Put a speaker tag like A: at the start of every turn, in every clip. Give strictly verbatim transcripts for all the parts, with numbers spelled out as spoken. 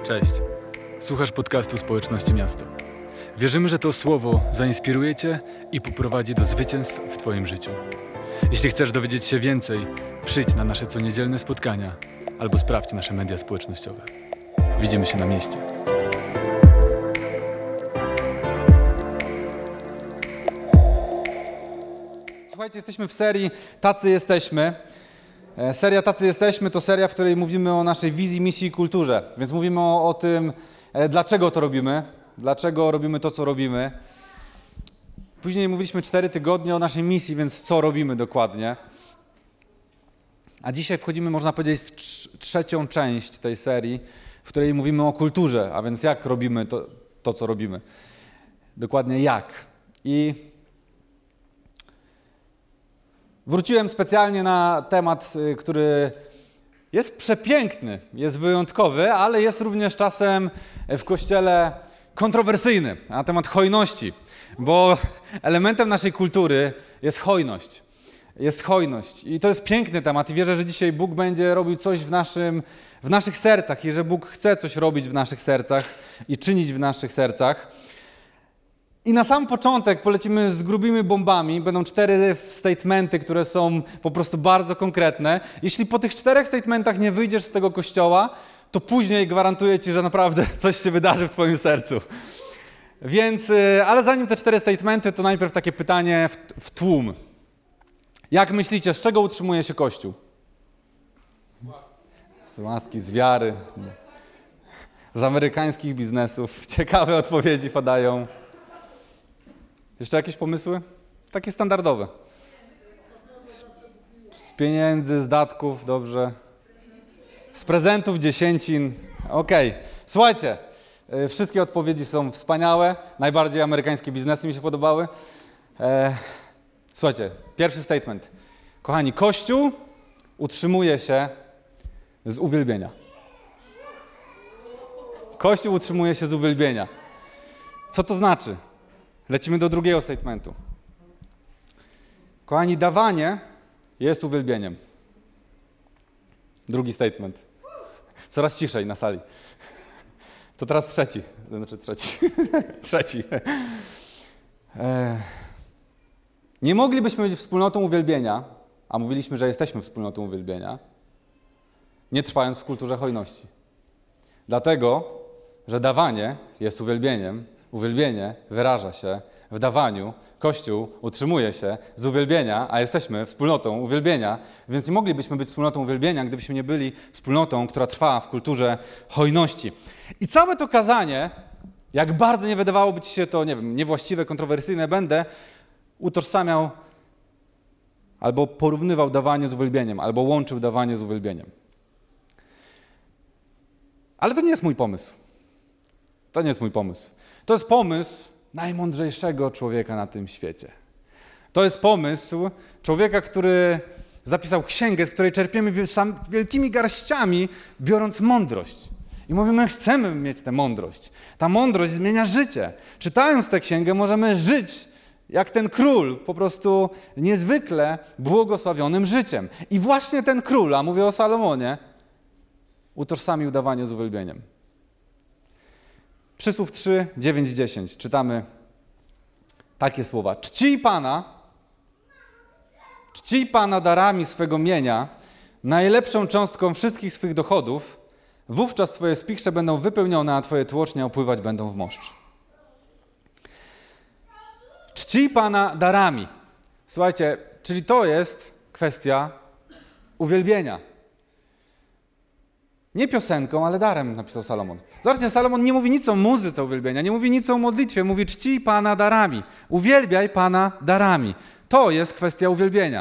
A: Cześć. Słuchasz podcastu Społeczności Miasto. Wierzymy, że to słowo zainspiruje Cię i poprowadzi do zwycięstw w Twoim życiu. Jeśli chcesz dowiedzieć się więcej, przyjdź na nasze coniedzielne spotkania albo sprawdź nasze media społecznościowe. Widzimy się na mieście.
B: Słuchajcie, jesteśmy w serii Tacy Jesteśmy. Seria Tacy Jesteśmy to seria, w której mówimy o naszej wizji, misji i kulturze. Więc mówimy o, o tym, dlaczego to robimy, dlaczego robimy to, co robimy. Później mówiliśmy cztery tygodnie o naszej misji, więc co robimy dokładnie. A dzisiaj wchodzimy, można powiedzieć, w trzecią część tej serii, w której mówimy o kulturze, a więc jak robimy to, to co robimy. Dokładnie jak. I wróciłem specjalnie na temat, który jest przepiękny, jest wyjątkowy, ale jest również czasem w Kościele kontrowersyjny, na temat hojności, bo elementem naszej kultury jest hojność. Jest hojność i to jest piękny temat i wierzę, że dzisiaj Bóg będzie robił coś w, naszym, w naszych sercach i że Bóg chce coś robić w naszych sercach i czynić w naszych sercach. I na sam początek polecimy z grubymi bombami. Będą cztery statementy, które są po prostu bardzo konkretne. Jeśli po tych czterech statementach nie wyjdziesz z tego kościoła, to później gwarantuję Ci, że naprawdę coś się wydarzy w Twoim sercu. Więc, ale zanim te cztery statementy, to najpierw takie pytanie w, w tłum. Jak myślicie, z czego utrzymuje się Kościół? Z łaski, z wiary, z amerykańskich biznesów. Ciekawe odpowiedzi padają. Jeszcze jakieś pomysły? Takie standardowe. Z, z pieniędzy, z datków, dobrze. Z prezentów, dziesięcin. Okej. Okay. Słuchajcie, y, wszystkie odpowiedzi są wspaniałe. Najbardziej amerykańskie biznesy mi się podobały. E, słuchajcie, pierwszy statement. Kochani, Kościół utrzymuje się z uwielbienia. Kościół utrzymuje się z uwielbienia. Co to znaczy? Lecimy do drugiego statementu. Kochani, dawanie jest uwielbieniem. Drugi statement. Coraz ciszej na sali. To teraz trzeci. Znaczy trzeci. trzeci. Nie moglibyśmy być wspólnotą uwielbienia, a mówiliśmy, że jesteśmy wspólnotą uwielbienia, nie trwając w kulturze hojności. Dlatego, że dawanie jest uwielbieniem, uwielbienie wyraża się w dawaniu. Kościół utrzymuje się z uwielbienia, a jesteśmy wspólnotą uwielbienia, więc nie moglibyśmy być wspólnotą uwielbienia, gdybyśmy nie byli wspólnotą, która trwa w kulturze hojności. I całe to kazanie, jak bardzo nie wydawałoby Ci się to, nie wiem, niewłaściwe, kontrowersyjne, będę utożsamiał albo porównywał dawanie z uwielbieniem, albo łączył dawanie z uwielbieniem. Ale to nie jest mój pomysł. To nie jest mój pomysł. To jest pomysł najmądrzejszego człowieka na tym świecie. To jest pomysł człowieka, który zapisał księgę, z której czerpiemy wielkimi garściami, biorąc mądrość. I mówimy, chcemy mieć tę mądrość. Ta mądrość zmienia życie. Czytając tę księgę możemy żyć jak ten król, po prostu niezwykle błogosławionym życiem. I właśnie ten król, a mówię o Salomonie, utożsamił dawanie z uwielbieniem. Przysłów trzy, dziewięć, dziesięć. Czytamy takie słowa. Czcij Pana, czcij Pana darami swego mienia, najlepszą cząstką wszystkich swych dochodów, wówczas Twoje spichrze będą wypełnione, a Twoje tłocznie opływać będą w moszcz. Czcij Pana darami. Słuchajcie, czyli to jest kwestia uwielbienia. Nie piosenką, ale darem, napisał Salomon. Zobaczcie, Salomon nie mówi nic o muzyce uwielbienia, nie mówi nic o modlitwie, mówi czcij Pana darami. Uwielbiaj Pana darami. To jest kwestia uwielbienia.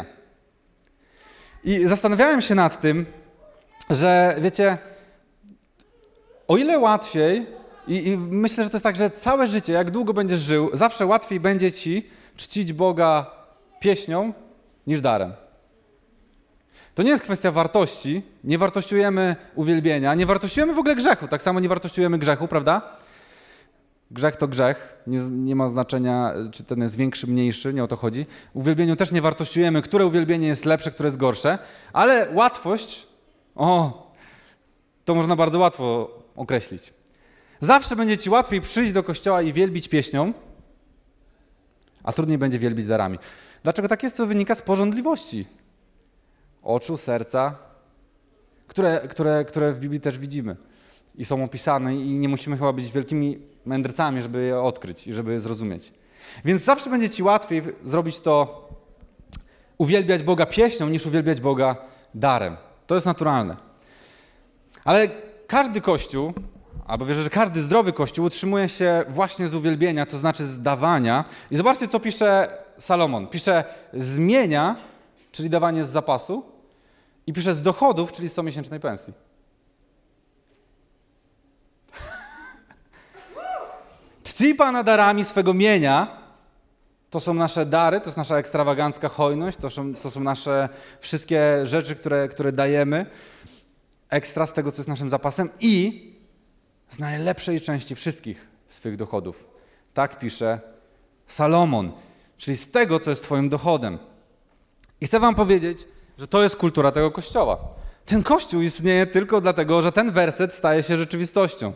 B: I zastanawiałem się nad tym, że wiecie, o ile łatwiej, i, i myślę, że to jest tak, że całe życie, jak długo będziesz żył, zawsze łatwiej będzie Ci czcić Boga pieśnią niż darem. To nie jest kwestia wartości, nie wartościujemy uwielbienia, nie wartościujemy w ogóle grzechu, tak samo nie wartościujemy grzechu, prawda? Grzech to grzech, nie, nie ma znaczenia, czy ten jest większy, mniejszy, nie o to chodzi. W uwielbieniu też nie wartościujemy, które uwielbienie jest lepsze, które jest gorsze, ale łatwość, o, to można bardzo łatwo określić. Zawsze będzie ci łatwiej przyjść do kościoła i wielbić pieśnią, a trudniej będzie wielbić darami. Dlaczego tak jest? To wynika z pożądliwości oczu, serca, które, które, które w Biblii też widzimy i są opisane i nie musimy chyba być wielkimi mędrcami, żeby je odkryć i żeby je zrozumieć. Więc zawsze będzie ci łatwiej zrobić to, uwielbiać Boga pieśnią, niż uwielbiać Boga darem. To jest naturalne. Ale każdy kościół, albo wierzę, że każdy zdrowy kościół utrzymuje się właśnie z uwielbienia, to znaczy z dawania. I zobaczcie, co pisze Salomon. Pisze z mienia, czyli dawanie z zapasu, i pisze z dochodów, czyli z comiesięcznej pensji. Czci Pana darami swego mienia, to są nasze dary, to jest nasza ekstrawagancka hojność, to są, to są nasze wszystkie rzeczy, które, które dajemy, ekstra z tego, co jest naszym zapasem i z najlepszej części wszystkich swych dochodów. Tak pisze Salomon, czyli z tego, co jest twoim dochodem. I chcę wam powiedzieć, że to jest kultura tego kościoła. Ten kościół istnieje tylko dlatego, że ten werset staje się rzeczywistością.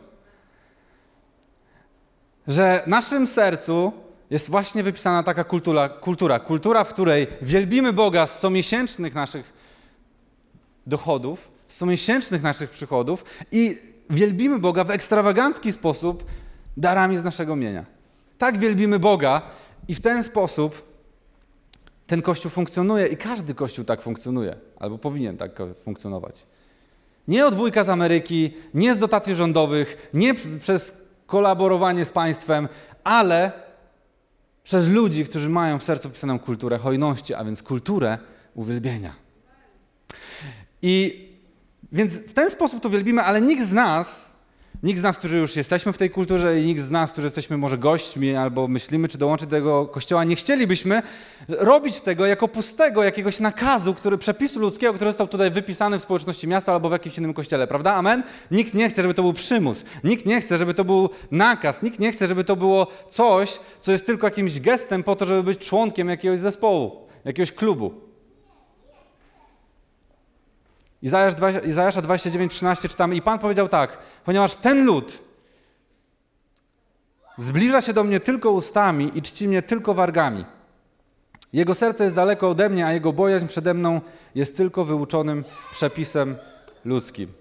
B: Że w naszym sercu jest właśnie wypisana taka kultura, kultura, kultura, w której wielbimy Boga z comiesięcznych naszych dochodów, z comiesięcznych naszych przychodów i wielbimy Boga w ekstrawagancki sposób darami z naszego mienia. Tak wielbimy Boga i w ten sposób ten Kościół funkcjonuje i każdy Kościół tak funkcjonuje, albo powinien tak funkcjonować. Nie od wujka z Ameryki, nie z dotacji rządowych, nie przez kolaborowanie z państwem, ale przez ludzi, którzy mają w sercu wpisaną kulturę hojności, a więc kulturę uwielbienia. I więc w ten sposób to wielbimy, ale nikt z nas, nikt z nas, którzy już jesteśmy w tej kulturze i nikt z nas, którzy jesteśmy może gośćmi albo myślimy, czy dołączyć do tego kościoła, nie chcielibyśmy robić tego jako pustego jakiegoś nakazu, który, przepisu ludzkiego, który został tutaj wypisany w społeczności miasta albo w jakimś innym kościele, prawda? Amen? Nikt nie chce, żeby to był przymus. Nikt nie chce, żeby to był nakaz. Nikt nie chce, żeby to było coś, co jest tylko jakimś gestem po to, żeby być członkiem jakiegoś zespołu, jakiegoś klubu. Izajasza dwadzieścia dziewięć, trzynaście czytamy i Pan powiedział tak, ponieważ ten lud zbliża się do mnie tylko ustami i czci mnie tylko wargami. Jego serce jest daleko ode mnie, a jego bojaźń przede mną jest tylko wyuczonym przepisem ludzkim.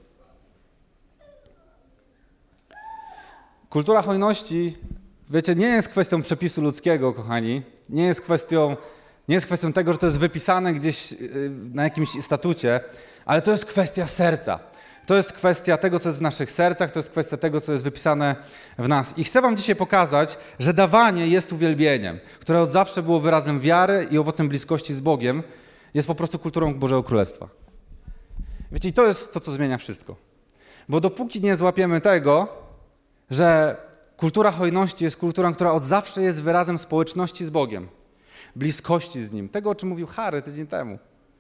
B: Kultura hojności, wiecie, nie jest kwestią przepisu ludzkiego, kochani. Nie jest kwestią, nie jest kwestią tego, że to jest wypisane gdzieś na jakimś statucie, ale to jest kwestia serca. To jest kwestia tego, co jest w naszych sercach, to jest kwestia tego, co jest wypisane w nas. I chcę wam dzisiaj pokazać, że dawanie jest uwielbieniem, które od zawsze było wyrazem wiary i owocem bliskości z Bogiem, jest po prostu kulturą Bożego Królestwa. Wiecie, i to jest to, co zmienia wszystko. Bo dopóki nie złapiemy tego, że kultura hojności jest kulturą, która od zawsze jest wyrazem społeczności z Bogiem, bliskości z Nim, tego, o czym mówił Harry tydzień temu.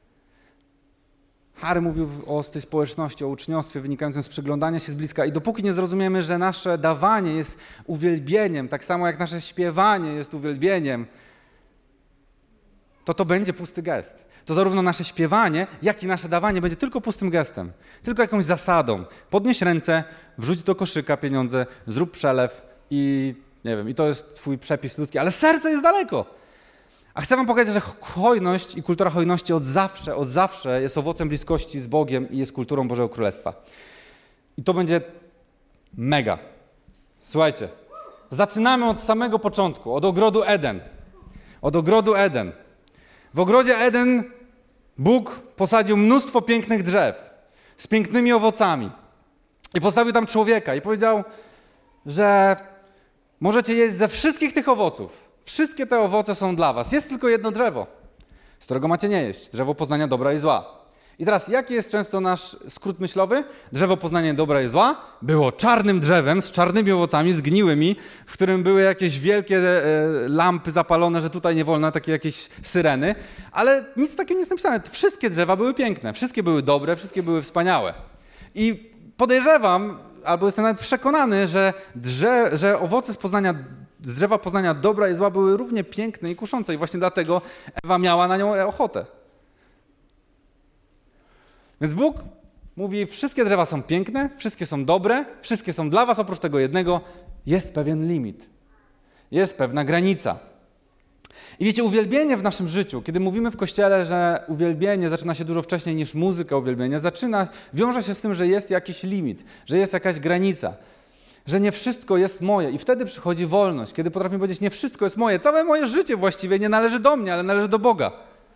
B: Harry mówił o tej społeczności, o uczniostwie wynikającym z przyglądania się z bliska i dopóki nie zrozumiemy, że nasze dawanie jest uwielbieniem, tak samo jak nasze śpiewanie jest uwielbieniem, to to będzie pusty gest. To zarówno nasze śpiewanie, jak i nasze dawanie będzie tylko pustym gestem, tylko jakąś zasadą. Podnieś ręce, wrzuć do koszyka pieniądze, zrób przelew i nie wiem, i to jest twój przepis ludzki, ale serce jest daleko. A chcę wam powiedzieć, że hojność i kultura hojności od zawsze, od zawsze jest owocem bliskości z Bogiem i jest kulturą Bożego Królestwa. I to będzie mega. Słuchajcie, zaczynamy od samego początku, od ogrodu Eden. Od ogrodu Eden. W ogrodzie Eden Bóg posadził mnóstwo pięknych drzew z pięknymi owocami. I postawił tam człowieka i powiedział, że możecie jeść ze wszystkich tych owoców. Wszystkie te owoce są dla was. Jest tylko jedno drzewo, z którego macie nie jeść. Drzewo poznania dobra i zła. I teraz, jaki jest często nasz skrót myślowy? Drzewo poznania dobra i zła było czarnym drzewem z czarnymi owocami, zgniłymi, w którym były jakieś wielkie e, lampy zapalone, że tutaj nie wolno, takie jakieś syreny. Ale nic takiego nie jest napisane. Wszystkie drzewa były piękne, wszystkie były dobre, wszystkie były wspaniałe. I podejrzewam, albo jestem nawet przekonany, że, drze, że owoce z poznania z drzewa poznania dobra i zła były równie piękne i kuszące i właśnie dlatego Ewa miała na nią ochotę. Więc Bóg Mówi, wszystkie drzewa są piękne, wszystkie są dobre, wszystkie są dla was, oprócz tego jednego jest pewien limit. Jest pewna granica. I wiecie, uwielbienie w naszym życiu, kiedy mówimy w Kościele, że uwielbienie zaczyna się dużo wcześniej niż muzyka uwielbienia, zaczyna, wiąże się z tym, że jest jakiś limit, że jest jakaś granica, że nie wszystko jest moje. I wtedy przychodzi wolność, kiedy potrafimy powiedzieć, nie wszystko jest moje, całe moje życie właściwie nie należy do mnie, ale należy do Boga.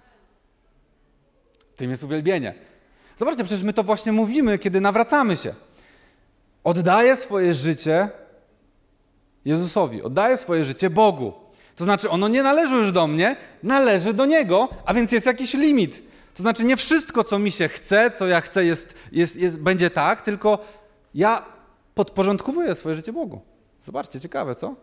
B: Tym jest uwielbienie. Zobaczcie, przecież my to właśnie mówimy, kiedy nawracamy się. Oddaję swoje życie Jezusowi, oddaję swoje życie Bogu. To znaczy, ono nie należy już do mnie, należy do Niego, a więc jest jakiś limit. To znaczy, nie wszystko, co mi się chce, co ja chcę, jest, jest, jest, będzie tak, tylko ja podporządkowuję swoje życie Bogu. Zobaczcie, ciekawe, co?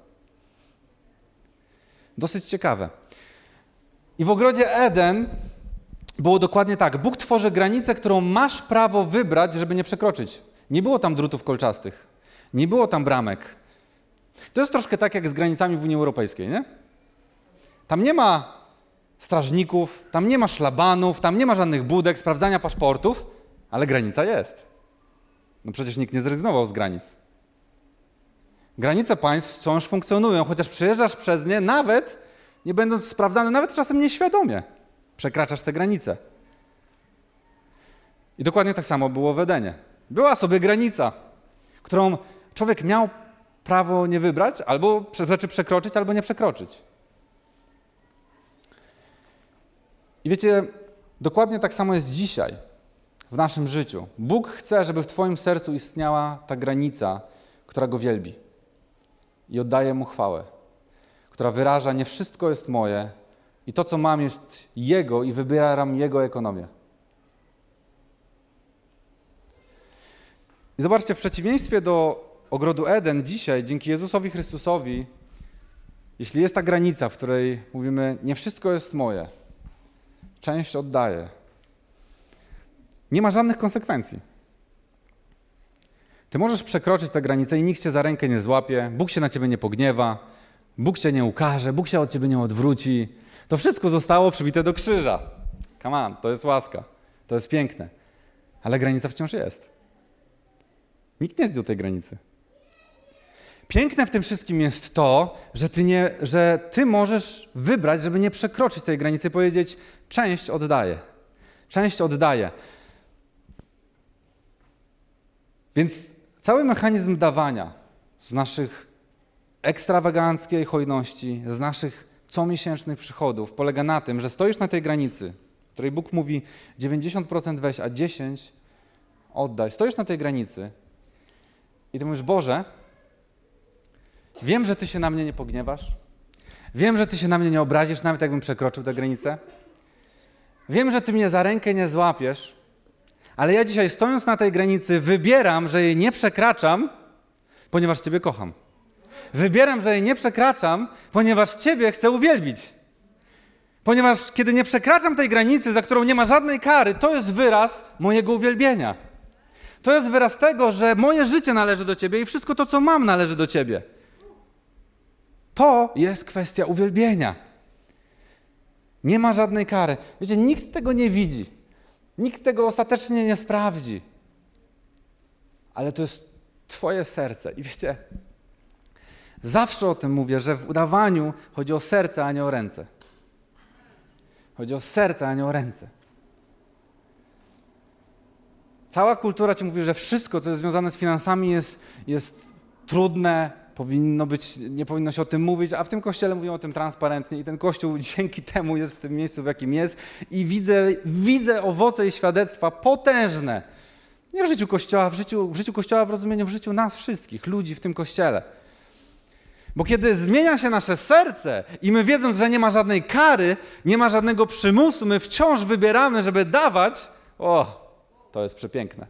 B: Dosyć ciekawe. I w ogrodzie Eden było dokładnie tak. Bóg tworzy granicę, którą masz prawo wybrać, żeby nie przekroczyć. Nie było tam drutów kolczastych. Nie było tam bramek. To jest troszkę tak jak z granicami w Unii Europejskiej, nie? Tam nie ma strażników, tam nie ma szlabanów, tam nie ma żadnych budek, sprawdzania paszportów, ale granica jest. No przecież nikt nie zrezygnował z granic. Granice państw wciąż funkcjonują, chociaż przejeżdżasz przez nie, nawet nie będąc sprawdzany, nawet czasem nieświadomie przekraczasz te granice. I dokładnie tak samo było w Edenie. Była sobie granica, którą człowiek miał prawo nie wybrać, albo znaczy przekroczyć, albo nie przekroczyć. I wiecie, dokładnie tak samo jest dzisiaj w naszym życiu. Bóg chce, żeby w twoim sercu istniała ta granica, która Go wielbi i oddaje Mu chwałę, która wyraża, nie wszystko jest moje i to, co mam, jest Jego i wybieram Jego ekonomię. I zobaczcie, w przeciwieństwie do ogrodu Eden dzisiaj, dzięki Jezusowi Chrystusowi, jeśli jest ta granica, w której mówimy, nie wszystko jest moje, część oddaję, nie ma żadnych konsekwencji. Ty możesz przekroczyć tę granicę i nikt cię za rękę nie złapie, Bóg się na ciebie nie pogniewa, Bóg cię nie ukaże, Bóg się od ciebie nie odwróci. To wszystko zostało przybite do krzyża. Come on, to jest łaska, to jest piękne, ale granica wciąż jest. Nikt nie zdjął tej granicy. Piękne w tym wszystkim jest to, że ty, nie, że ty możesz wybrać, żeby nie przekroczyć tej granicy i powiedzieć, część oddaję, część oddaję. Więc cały mechanizm dawania z naszych ekstrawaganckiej hojności, z naszych comiesięcznych przychodów polega na tym, że stoisz na tej granicy, w której Bóg mówi dziewięćdziesiąt procent weź, a dziesięć procent oddaj. Stoisz na tej granicy i ty mówisz, Boże, wiem, że Ty się na mnie nie pogniewasz. Wiem, że Ty się na mnie nie obrazisz, nawet jakbym przekroczył tę granicę. Wiem, że Ty mnie za rękę nie złapiesz, ale ja dzisiaj stojąc na tej granicy wybieram, że jej nie przekraczam, ponieważ Ciebie kocham. Wybieram, że jej nie przekraczam, ponieważ Ciebie chcę uwielbić. Ponieważ kiedy nie przekraczam tej granicy, za którą nie ma żadnej kary, to jest wyraz mojego uwielbienia. To jest wyraz tego, że moje życie należy do Ciebie i wszystko to, co mam, należy do Ciebie. To jest kwestia uwielbienia. Nie ma żadnej kary. Wiecie, nikt tego nie widzi. Nikt tego ostatecznie nie sprawdzi. Ale to jest Twoje serce. I wiecie, zawsze o tym mówię, że w udawaniu chodzi o serce, a nie o ręce. Chodzi o serce, a nie o ręce. Cała kultura ci mówi, że wszystko, co jest związane z finansami jest, jest trudne, powinno być, nie powinno się o tym mówić, a w tym kościele mówią o tym transparentnie i ten kościół dzięki temu jest w tym miejscu, w jakim jest i widzę, widzę owoce i świadectwa potężne. Nie w życiu kościoła, w życiu, w życiu kościoła w rozumieniu, w życiu nas wszystkich, ludzi w tym kościele. Bo kiedy zmienia się nasze serce i my wiedząc, że nie ma żadnej kary, nie ma żadnego przymusu, my wciąż wybieramy, żeby dawać, o, to jest przepiękne.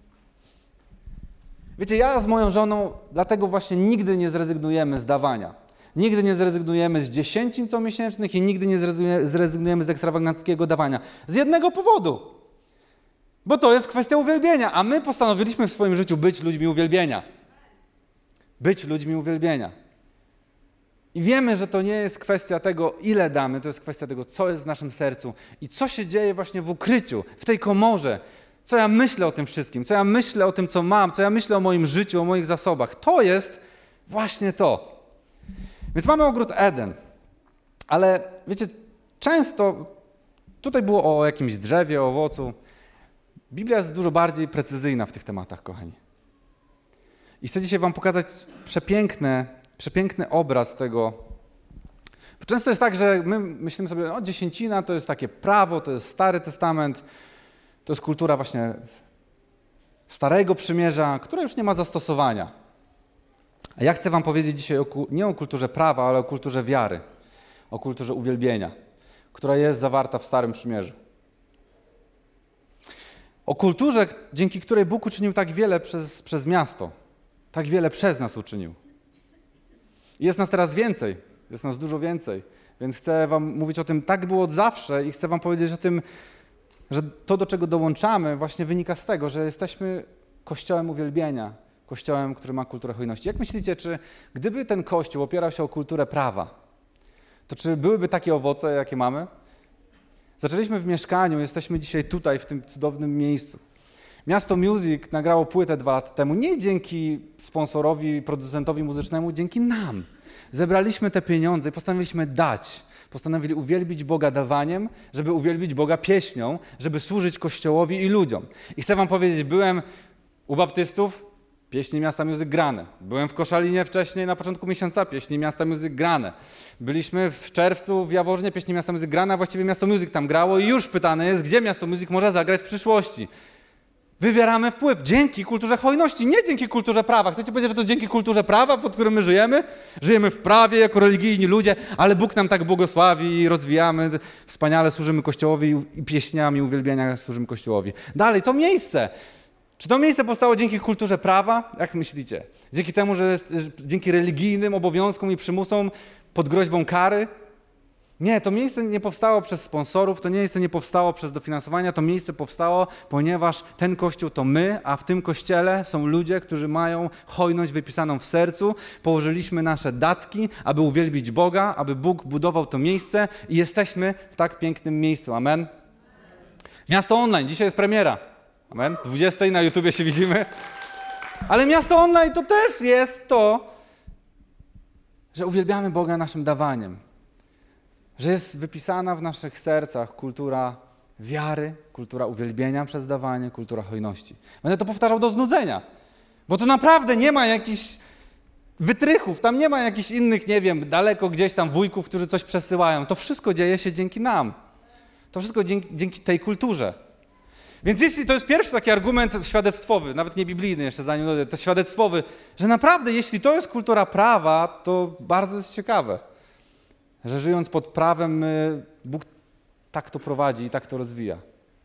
B: Wiecie, ja z moją żoną dlatego właśnie nigdy nie zrezygnujemy z dawania. Nigdy nie zrezygnujemy z dziesięcin comiesięcznych i nigdy nie zrezygnujemy z ekstrawaganckiego dawania. Z jednego powodu. Bo to jest kwestia uwielbienia, a my postanowiliśmy w swoim życiu być ludźmi uwielbienia. Być ludźmi uwielbienia. I wiemy, że to nie jest kwestia tego, ile damy, to jest kwestia tego, co jest w naszym sercu i co się dzieje właśnie w ukryciu, w tej komorze, Co ja myślę o tym wszystkim, co ja myślę o tym, co mam, co ja myślę o moim życiu, o moich zasobach. To jest właśnie to. Więc mamy ogród Eden. Ale wiecie, często tutaj było o jakimś drzewie, owocu. Biblia jest dużo bardziej precyzyjna w tych tematach, kochani. I chcę dzisiaj wam pokazać przepiękny, przepiękny obraz tego. Często jest tak, że my myślimy sobie, o dziesięcina to jest takie prawo, to jest Stary Testament, to jest kultura właśnie Starego Przymierza, która już nie ma zastosowania. A ja chcę wam powiedzieć dzisiaj o, nie o kulturze prawa, ale o kulturze wiary, o kulturze uwielbienia, która jest zawarta w Starym Przymierzu. O kulturze, dzięki której Bóg uczynił tak wiele przez, przez miasto, tak wiele przez nas uczynił. I jest nas teraz więcej, jest nas dużo więcej, więc chcę wam mówić o tym, tak było od zawsze i chcę wam powiedzieć o tym, że to, do czego dołączamy, właśnie wynika z tego, że jesteśmy kościołem uwielbienia, kościołem, który ma kulturę hojności. Jak myślicie, czy gdyby ten kościół opierał się o kulturę prawa, to czy byłyby takie owoce, jakie mamy? Zaczęliśmy w mieszkaniu, jesteśmy dzisiaj tutaj, w tym cudownym miejscu. Miasto Music nagrało płytę dwa lata temu, nie dzięki sponsorowi, producentowi muzycznemu, dzięki nam. Zebraliśmy te pieniądze i postanowiliśmy dać. Postanowili uwielbić Boga dawaniem, żeby uwielbić Boga pieśnią, żeby służyć Kościołowi i ludziom. I chcę wam powiedzieć, byłem u baptystów, pieśni Miasta Music grane. Byłem w Koszalinie wcześniej, na początku miesiąca, pieśni Miasta Music grane. Byliśmy w czerwcu w Jaworznie, pieśni Miasta Music grane, a właściwie Miasto Music tam grało i już pytane jest, gdzie Miasto Music może zagrać w przyszłości. Wywieramy wpływ dzięki kulturze hojności, nie dzięki kulturze prawa. Chcecie powiedzieć, że to jest dzięki kulturze prawa, pod którym my żyjemy? Żyjemy w prawie jako religijni ludzie, ale Bóg nam tak błogosławi i rozwijamy, wspaniale służymy Kościołowi i pieśniami uwielbienia służymy Kościołowi. Dalej, to miejsce. Czy to miejsce powstało dzięki kulturze prawa? Jak myślicie? Dzięki temu, że jest, dzięki religijnym obowiązkom i przymusom pod groźbą kary? Nie, to miejsce nie powstało przez sponsorów, to miejsce nie powstało przez dofinansowania, to miejsce powstało, ponieważ ten Kościół to my, a w tym Kościele są ludzie, którzy mają hojność wypisaną w sercu. Położyliśmy nasze datki, aby uwielbić Boga, aby Bóg budował to miejsce i jesteśmy w tak pięknym miejscu. Amen. Miasto Online, dzisiaj jest premiera. Amen. dwudziestej na YouTubie się widzimy. Ale Miasto Online to też jest to, że uwielbiamy Boga naszym dawaniem. Że jest wypisana w naszych sercach kultura wiary, kultura uwielbienia przez dawanie, kultura hojności. Będę to powtarzał do znudzenia, bo tu naprawdę nie ma jakichś wytrychów, tam nie ma jakichś innych, nie wiem, daleko gdzieś tam wujków, którzy coś przesyłają. To wszystko dzieje się dzięki nam. To wszystko dzięki, dzięki tej kulturze. Więc jeśli to jest pierwszy taki argument świadectwowy, nawet nie biblijny jeszcze zanim dodam, to świadectwowy, że naprawdę jeśli to jest kultura prawa, to bardzo jest ciekawe. Że żyjąc pod prawem, Bóg tak to prowadzi i tak to rozwija.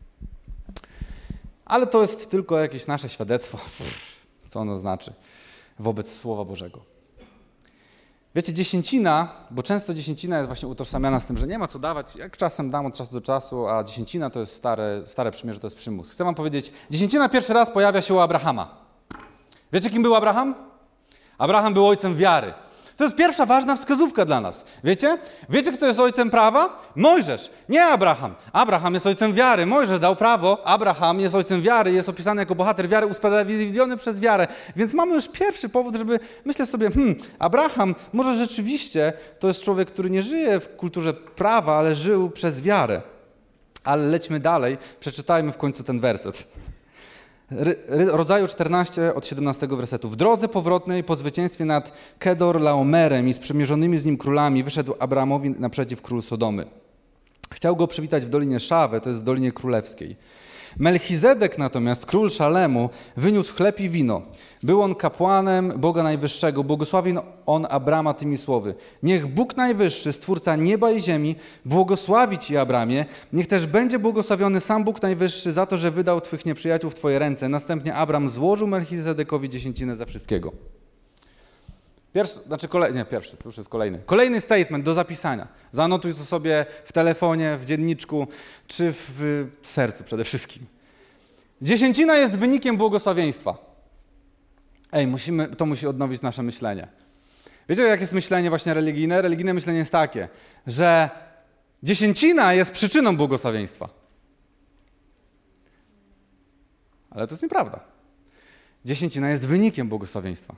B: Ale to jest tylko jakieś nasze świadectwo, co ono znaczy wobec Słowa Bożego. Wiecie, dziesięcina, bo często dziesięcina jest właśnie utożsamiana z tym, że nie ma co dawać, jak czasem dam od czasu do czasu, a dziesięcina to jest stare, stare przymierze, to jest przymus. Chcę wam powiedzieć, dziesięcina pierwszy raz pojawia się u Abrahama. Wiecie, kim był Abraham? Abraham był ojcem wiary. To jest pierwsza ważna wskazówka dla nas. Wiecie? Wiecie, kto jest ojcem prawa? Mojżesz, nie Abraham. Abraham jest ojcem wiary. Mojżesz dał prawo. Abraham jest ojcem wiary. Jest opisany jako bohater wiary, usprawiedliwiony przez wiarę. Więc mamy już pierwszy powód, żeby myśleć sobie, hmm, Abraham może rzeczywiście to jest człowiek, który nie żyje w kulturze prawa, ale żył przez wiarę. Ale lećmy dalej. Przeczytajmy w końcu ten werset. Rodzaju czternaście od siedemnastego wersetu. W drodze powrotnej po zwycięstwie nad Kedor Laomerem i sprzymierzonymi z nim królami wyszedł Abramowi naprzeciw król Sodomy. Chciał go przywitać w Dolinie Szawe, to jest w Dolinie Królewskiej. Melchizedek natomiast, król Szalemu, wyniósł chleb i wino. Był on kapłanem Boga Najwyższego. Błogosławił on Abrama tymi słowy. Niech Bóg Najwyższy, Stwórca nieba i ziemi, błogosławi Ci, Abramie. Niech też będzie błogosławiony sam Bóg Najwyższy za to, że wydał Twych nieprzyjaciół w Twoje ręce. Następnie Abram złożył Melchizedekowi dziesięcinę ze wszystkiego. Pierwszy, znaczy kolejny, nie pierwszy, to już jest kolejny. Kolejny statement do zapisania. Zanotuj to sobie w telefonie, w dzienniczku, czy w sercu przede wszystkim. Dziesięcina jest wynikiem błogosławieństwa. Ej, musimy, to musi odnowić nasze myślenie. Wiecie, jak jest myślenie właśnie religijne? Religijne myślenie jest takie, że dziesięcina jest przyczyną błogosławieństwa. Ale to jest nieprawda. Dziesięcina jest wynikiem błogosławieństwa.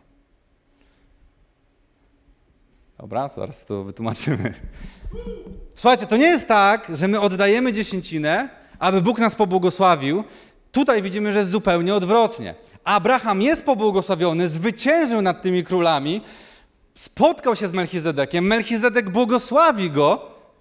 B: Dobra, zaraz to wytłumaczymy. Słuchajcie, to nie jest tak, że my oddajemy dziesięcinę, aby Bóg nas pobłogosławił. Tutaj widzimy, że jest zupełnie odwrotnie. Abraham jest pobłogosławiony, zwyciężył nad tymi królami, spotkał się z Melchizedekiem, Melchizedek błogosławi go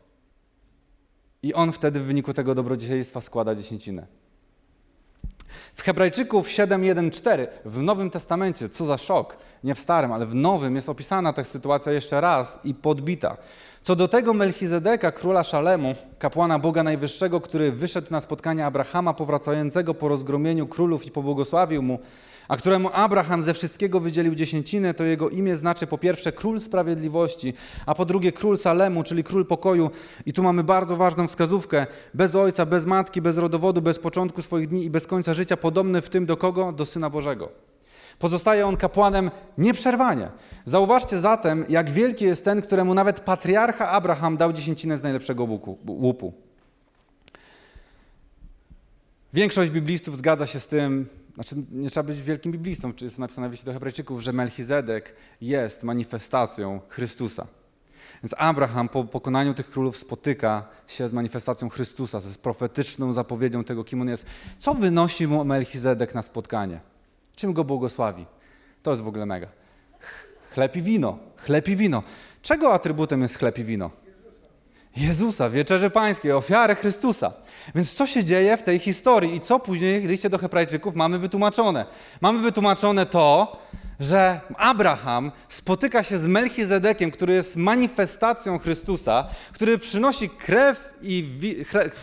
B: i on wtedy w wyniku tego dobrodziejstwa składa dziesięcinę. W Hebrajczyków siedem, jeden, cztery, w Nowym Testamencie, co za szok, nie w Starym, ale w Nowym jest opisana ta sytuacja jeszcze raz i podbita. Co do tego Melchizedeka, króla Szalemu, kapłana Boga Najwyższego, który wyszedł na spotkanie Abrahama powracającego po rozgromieniu królów i pobłogosławił mu, a któremu Abraham ze wszystkiego wydzielił dziesięcinę, to jego imię znaczy po pierwsze król sprawiedliwości, a po drugie król Salemu, czyli król pokoju. I tu mamy bardzo ważną wskazówkę. Bez ojca, bez matki, bez rodowodu, bez początku swoich dni i bez końca życia, podobny w tym do kogo? Do Syna Bożego. Pozostaje on kapłanem nieprzerwanie. Zauważcie zatem, jak wielki jest ten, któremu nawet patriarcha Abraham dał dziesięcinę z najlepszego łupu. Większość biblistów zgadza się z tym, znaczy nie trzeba być wielkim biblistą, czy jest to napisane w liście do Hebrajczyków, że Melchizedek jest manifestacją Chrystusa. Więc Abraham po pokonaniu tych królów spotyka się z manifestacją Chrystusa, z profetyczną zapowiedzią tego, kim on jest. Co wynosi mu Melchizedek na spotkanie? Czym go błogosławi? To jest w ogóle mega. Chleb i wino. Chleb i wino. Czego atrybutem jest chleb i wino? Jezusa, wieczerzy pańskiej, ofiary Chrystusa. Więc co się dzieje w tej historii i co później w liście do Hebrajczyków mamy wytłumaczone? Mamy wytłumaczone to, że Abraham spotyka się z Melchizedekiem, który jest manifestacją Chrystusa, który przynosi krew i wi- chleb,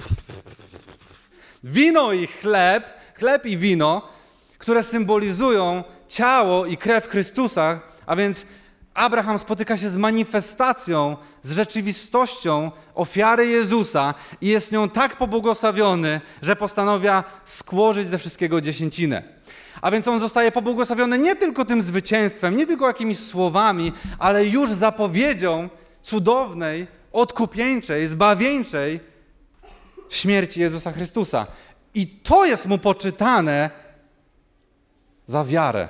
B: wino i chleb, chleb i wino, które symbolizują ciało i krew Chrystusa, a więc Abraham spotyka się z manifestacją, z rzeczywistością ofiary Jezusa i jest nią tak pobłogosławiony, że postanawia skłożyć ze wszystkiego dziesięcinę. A więc on zostaje pobłogosławiony nie tylko tym zwycięstwem, nie tylko jakimiś słowami, ale już zapowiedzią cudownej, odkupieńczej, zbawieńczej śmierci Jezusa Chrystusa. I to jest mu poczytane za wiarę.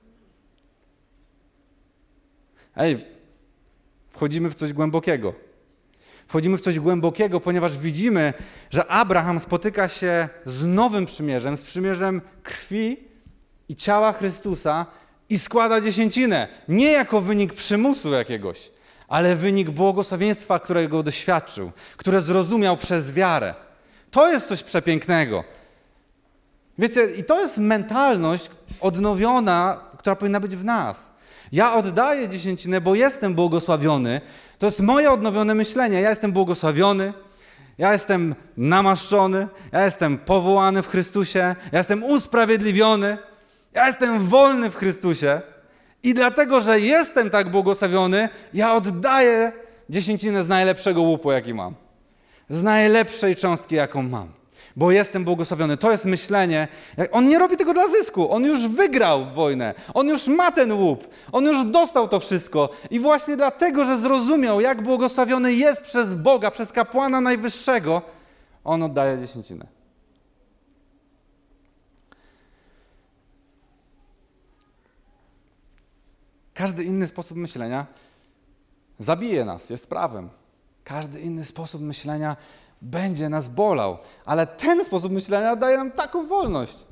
B: Ej, wchodzimy w coś głębokiego. Wchodzimy w coś głębokiego, ponieważ widzimy, że Abraham spotyka się z nowym przymierzem, z przymierzem krwi i ciała Chrystusa i składa dziesięcinę. Nie jako wynik przymusu jakiegoś, ale wynik błogosławieństwa, którego doświadczył, które zrozumiał przez wiarę. To jest coś przepięknego. Wiecie, i to jest mentalność odnowiona, która powinna być w nas. Ja oddaję dziesięcinę, bo jestem błogosławiony. To jest moje odnowione myślenie. Ja jestem błogosławiony, ja jestem namaszczony, ja jestem powołany w Chrystusie, ja jestem usprawiedliwiony, ja jestem wolny w Chrystusie. I dlatego, że jestem tak błogosławiony, ja oddaję dziesięcinę z najlepszego łupu, jaki mam. Z najlepszej cząstki, jaką mam. Bo jestem błogosławiony. To jest myślenie. On nie robi tego dla zysku. On już wygrał wojnę. On już ma ten łup. On już dostał to wszystko. I właśnie dlatego, że zrozumiał, jak błogosławiony jest przez Boga, przez kapłana najwyższego, on oddaje dziesięcinę. Każdy inny sposób myślenia zabije nas, jest prawem. Każdy inny sposób myślenia będzie nas bolał, ale ten sposób myślenia daje nam taką wolność.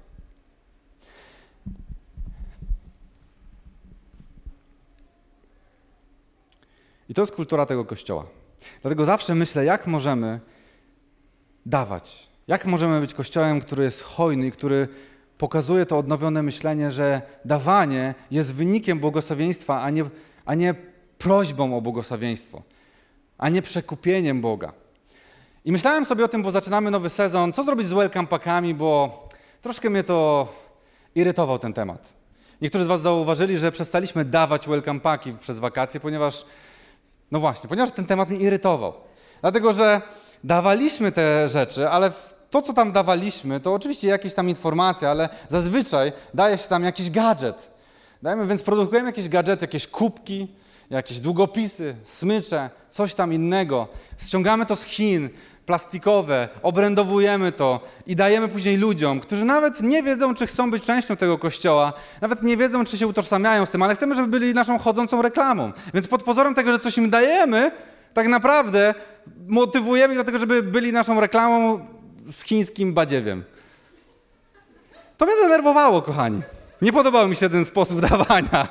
B: I to jest kultura tego Kościoła. Dlatego zawsze myślę, jak możemy dawać, jak możemy być Kościołem, który jest hojny i który pokazuje to odnowione myślenie, że dawanie jest wynikiem błogosławieństwa, a nie, a nie prośbą o błogosławieństwo, a nie przekupieniem Boga. I myślałem sobie o tym, bo zaczynamy nowy sezon, co zrobić z welcome packami, bo troszkę mnie to irytował ten temat. Niektórzy z was zauważyli, że przestaliśmy dawać welcome packi przez wakacje, ponieważ, no właśnie, ponieważ ten temat mnie irytował. Dlatego, że dawaliśmy te rzeczy, ale to, co tam dawaliśmy, to oczywiście jakieś tam informacje, ale zazwyczaj daje się tam jakiś gadżet. Dajemy, więc produkujemy jakieś gadżety, jakieś kubki, jakieś długopisy, smycze, coś tam innego. Ściągamy to z Chin, plastikowe, obrędowujemy to i dajemy później ludziom, którzy nawet nie wiedzą, czy chcą być częścią tego kościoła, nawet nie wiedzą, czy się utożsamiają z tym, ale chcemy, żeby byli naszą chodzącą reklamą. Więc pod pozorem tego, że coś im dajemy, tak naprawdę motywujemy ich do tego, żeby byli naszą reklamą z chińskim badziewiem. To mnie denerwowało, kochani. Nie podobał mi się ten sposób dawania.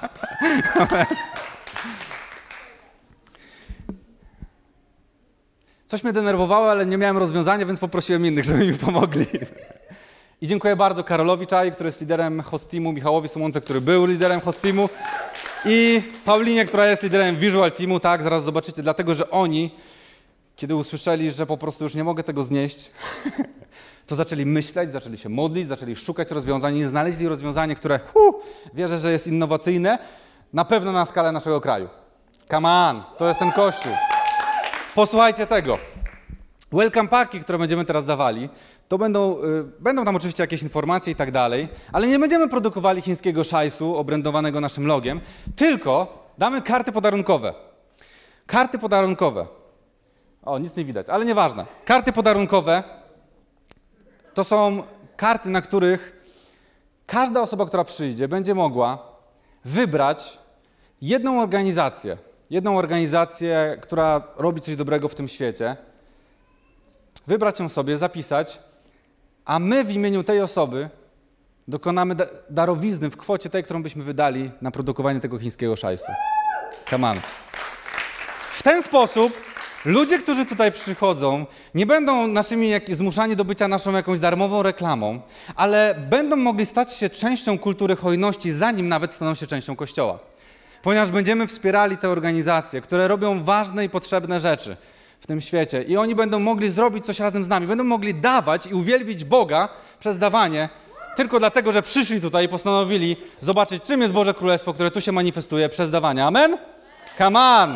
B: Coś mnie denerwowało, ale nie miałem rozwiązania, więc poprosiłem innych, żeby mi pomogli. I dziękuję bardzo Karolowi Czai, który jest liderem host teamu, Michałowi Sumonce, który był liderem host teamu i Paulinie, która jest liderem visual teamu, tak, zaraz zobaczycie, dlatego, że oni, kiedy usłyszeli, że po prostu już nie mogę tego znieść, to zaczęli myśleć, zaczęli się modlić, zaczęli szukać rozwiązań i znaleźli rozwiązanie, które, hu, wierzę, że jest innowacyjne, na pewno na skalę naszego kraju. Come on, to jest ten kościół. Posłuchajcie tego. Welcome packi, które będziemy teraz dawali, to będą, y, będą tam oczywiście jakieś informacje i tak dalej, ale nie będziemy produkowali chińskiego szajsu obrędowanego naszym logiem, tylko damy karty podarunkowe. Karty podarunkowe. O, nic nie widać, ale nieważne. Karty podarunkowe to są karty, na których każda osoba, która przyjdzie, będzie mogła wybrać jedną organizację, jedną organizację, która robi coś dobrego w tym świecie, wybrać ją sobie, zapisać, a my w imieniu tej osoby dokonamy da- darowizny w kwocie tej, którą byśmy wydali na produkowanie tego chińskiego szajsu. Come on. W ten sposób ludzie, którzy tutaj przychodzą, nie będą naszymi jak, zmuszani do bycia naszą jakąś darmową reklamą, ale będą mogli stać się częścią kultury hojności, zanim nawet staną się częścią Kościoła. Ponieważ będziemy wspierali te organizacje, które robią ważne i potrzebne rzeczy w tym świecie i oni będą mogli zrobić coś razem z nami, będą mogli dawać i uwielbić Boga przez dawanie tylko dlatego, że przyszli tutaj i postanowili zobaczyć, czym jest Boże Królestwo, które tu się manifestuje przez dawanie. Amen? Come on!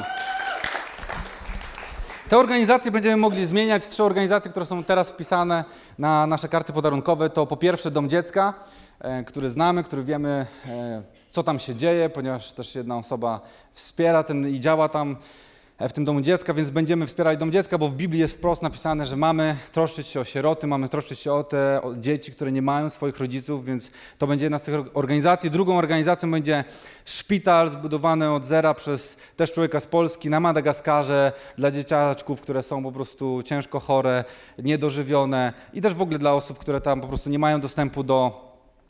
B: Te organizacje będziemy mogli zmieniać. Trzy organizacje, które są teraz wpisane na nasze karty podarunkowe, to po pierwsze Dom Dziecka, e, który znamy, który wiemy, e, co tam się dzieje, ponieważ też jedna osoba wspiera ten i działa tam w tym domu dziecka, więc będziemy wspierali Dom Dziecka, bo w Biblii jest wprost napisane, że mamy troszczyć się o sieroty, mamy troszczyć się o te o dzieci, które nie mają swoich rodziców, więc to będzie jedna z tych organizacji. Drugą organizacją będzie szpital zbudowany od zera przez też człowieka z Polski na Madagaskarze dla dzieciaczków, które są po prostu ciężko chore, niedożywione i też w ogóle dla osób, które tam po prostu nie mają dostępu do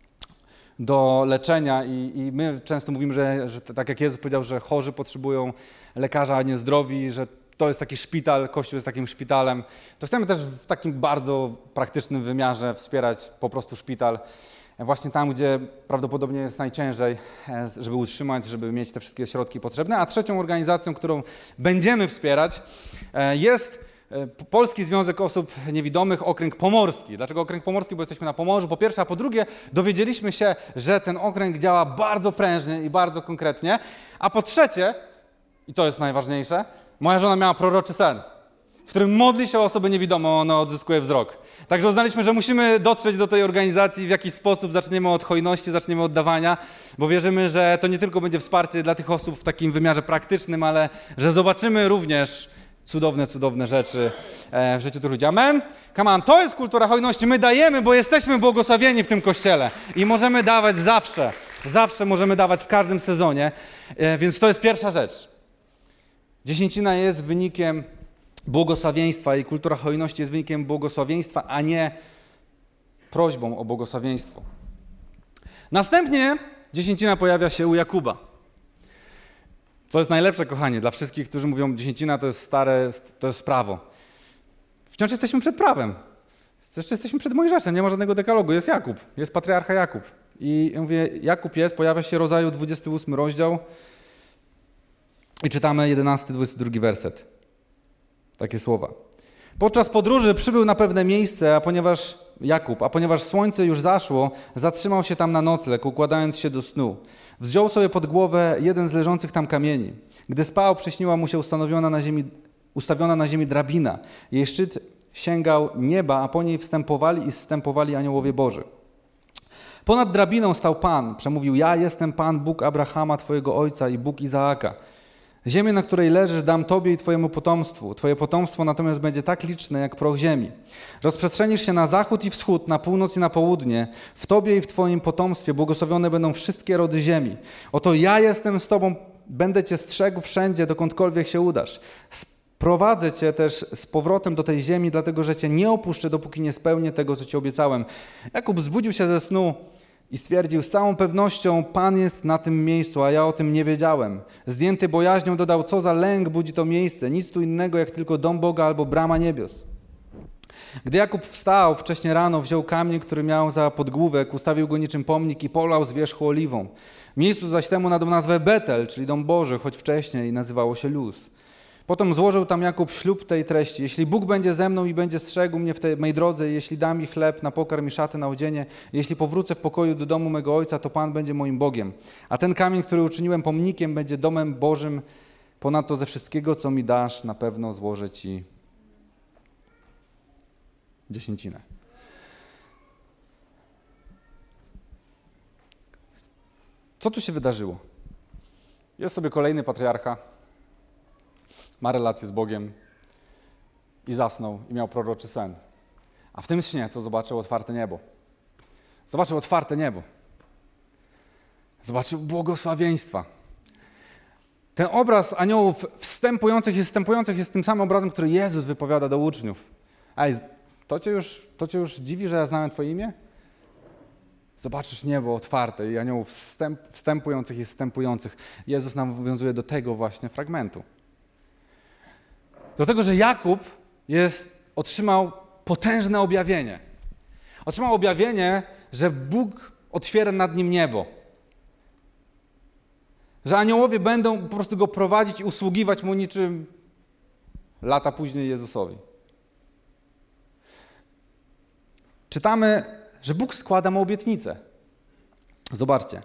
B: do leczenia i, i my często mówimy, że, że tak jak Jezus powiedział, że chorzy potrzebują lekarza, a nie zdrowi, że to jest taki szpital, Kościół jest takim szpitalem, to chcemy też w takim bardzo praktycznym wymiarze wspierać po prostu szpital właśnie tam, gdzie prawdopodobnie jest najciężej, żeby utrzymać, żeby mieć te wszystkie środki potrzebne. A trzecią organizacją, którą będziemy wspierać, jest Polski Związek Osób Niewidomych, Okręg Pomorski. Dlaczego Okręg Pomorski? Bo jesteśmy na Pomorzu, po pierwsze, a po drugie dowiedzieliśmy się, że ten okręg działa bardzo prężnie i bardzo konkretnie, a po trzecie, i to jest najważniejsze, moja żona miała proroczy sen, w którym modli się o osobę niewidomą, ona odzyskuje wzrok. Także uznaliśmy, że musimy dotrzeć do tej organizacji w jakiś sposób, zaczniemy od hojności, zaczniemy od dawania, bo wierzymy, że to nie tylko będzie wsparcie dla tych osób w takim wymiarze praktycznym, ale że zobaczymy również cudowne, cudowne rzeczy w życiu tych ludzi. Amen? Come on, to jest kultura hojności. My dajemy, bo jesteśmy błogosławieni w tym Kościele i możemy dawać zawsze. Zawsze możemy dawać w każdym sezonie, więc to jest pierwsza rzecz. Dziesięcina jest wynikiem błogosławieństwa i kultura hojności jest wynikiem błogosławieństwa, a nie prośbą o błogosławieństwo. Następnie dziesięcina pojawia się u Jakuba. Co jest najlepsze, kochanie, dla wszystkich, którzy mówią, dziesięcina to jest stare, to jest prawo. Wciąż jesteśmy przed prawem. Jeszcze jesteśmy przed Mojżeszem, nie ma żadnego dekalogu, jest Jakub, jest patriarcha Jakub. I ja mówię, Jakub jest, pojawia się Rodzaju dwudziesty ósmy rozdział i czytamy jedenasty, dwudziesty drugi werset. Takie słowa. Podczas podróży przybył na pewne miejsce, a ponieważ Jakub, a ponieważ słońce już zaszło, zatrzymał się tam na nocleg, układając się do snu. Wziął sobie pod głowę jeden z leżących tam kamieni. Gdy spał, przyśniła mu się ustanowiona na ziemi, ustawiona na ziemi drabina. Jej szczyt sięgał nieba, a po niej wstępowali i zstępowali aniołowie Boży. Ponad drabiną stał Pan, przemówił: ja jestem Pan, Bóg Abrahama, twojego ojca i Bóg Izaaka. Ziemię, na której leżysz, dam tobie i twojemu potomstwu. Twoje potomstwo natomiast będzie tak liczne, jak proch ziemi. Rozprzestrzenisz się na zachód i wschód, na północ i na południe. W tobie i w twoim potomstwie błogosławione będą wszystkie rody ziemi. Oto ja jestem z tobą, będę cię strzegł wszędzie, dokądkolwiek się udasz. Sprowadzę cię też z powrotem do tej ziemi, dlatego że cię nie opuszczę, dopóki nie spełnię tego, co ci obiecałem. Jakub zbudził się ze snu i stwierdził: z całą pewnością Pan jest na tym miejscu, a ja o tym nie wiedziałem. Zdjęty bojaźnią dodał: co za lęk budzi to miejsce, nic tu innego jak tylko dom Boga albo brama niebios. Gdy Jakub wstał wcześnie rano, wziął kamień, który miał za podgłówek, ustawił go niczym pomnik i polał z wierzchu oliwą. Miejscu zaś temu nadał nazwę Betel, czyli Dom Boży, choć wcześniej nazywało się Luz. Potem złożył tam Jakub ślub tej treści: jeśli Bóg będzie ze mną i będzie strzegł mnie w tej mej drodze, jeśli da mi chleb na pokarm i szaty na odzienie, jeśli powrócę w pokoju do domu mego ojca, to Pan będzie moim Bogiem. A ten kamień, który uczyniłem pomnikiem, będzie domem Bożym. Ponadto ze wszystkiego, co mi dasz, na pewno złożę ci dziesięcinę. Co tu się wydarzyło? Jest sobie kolejny patriarcha, ma relację z Bogiem i zasnął i miał proroczy sen. A w tym śnie co zobaczył? Otwarte niebo. Zobaczył otwarte niebo. Zobaczył błogosławieństwa. Ten obraz aniołów wstępujących i zstępujących jest tym samym obrazem, który Jezus wypowiada do uczniów. Ej, to cię już, to cię już dziwi, że ja znałem twoje imię? Zobaczysz niebo otwarte i aniołów wstęp, wstępujących i zstępujących. Jezus nam nawiązuje do tego właśnie fragmentu. Do tego, że Jakub jest, otrzymał potężne objawienie. Otrzymał objawienie, że Bóg otwiera nad nim niebo. Że aniołowie będą po prostu go prowadzić i usługiwać mu niczym lata później Jezusowi. Czytamy, że Bóg składa mu obietnicę. Zobaczcie.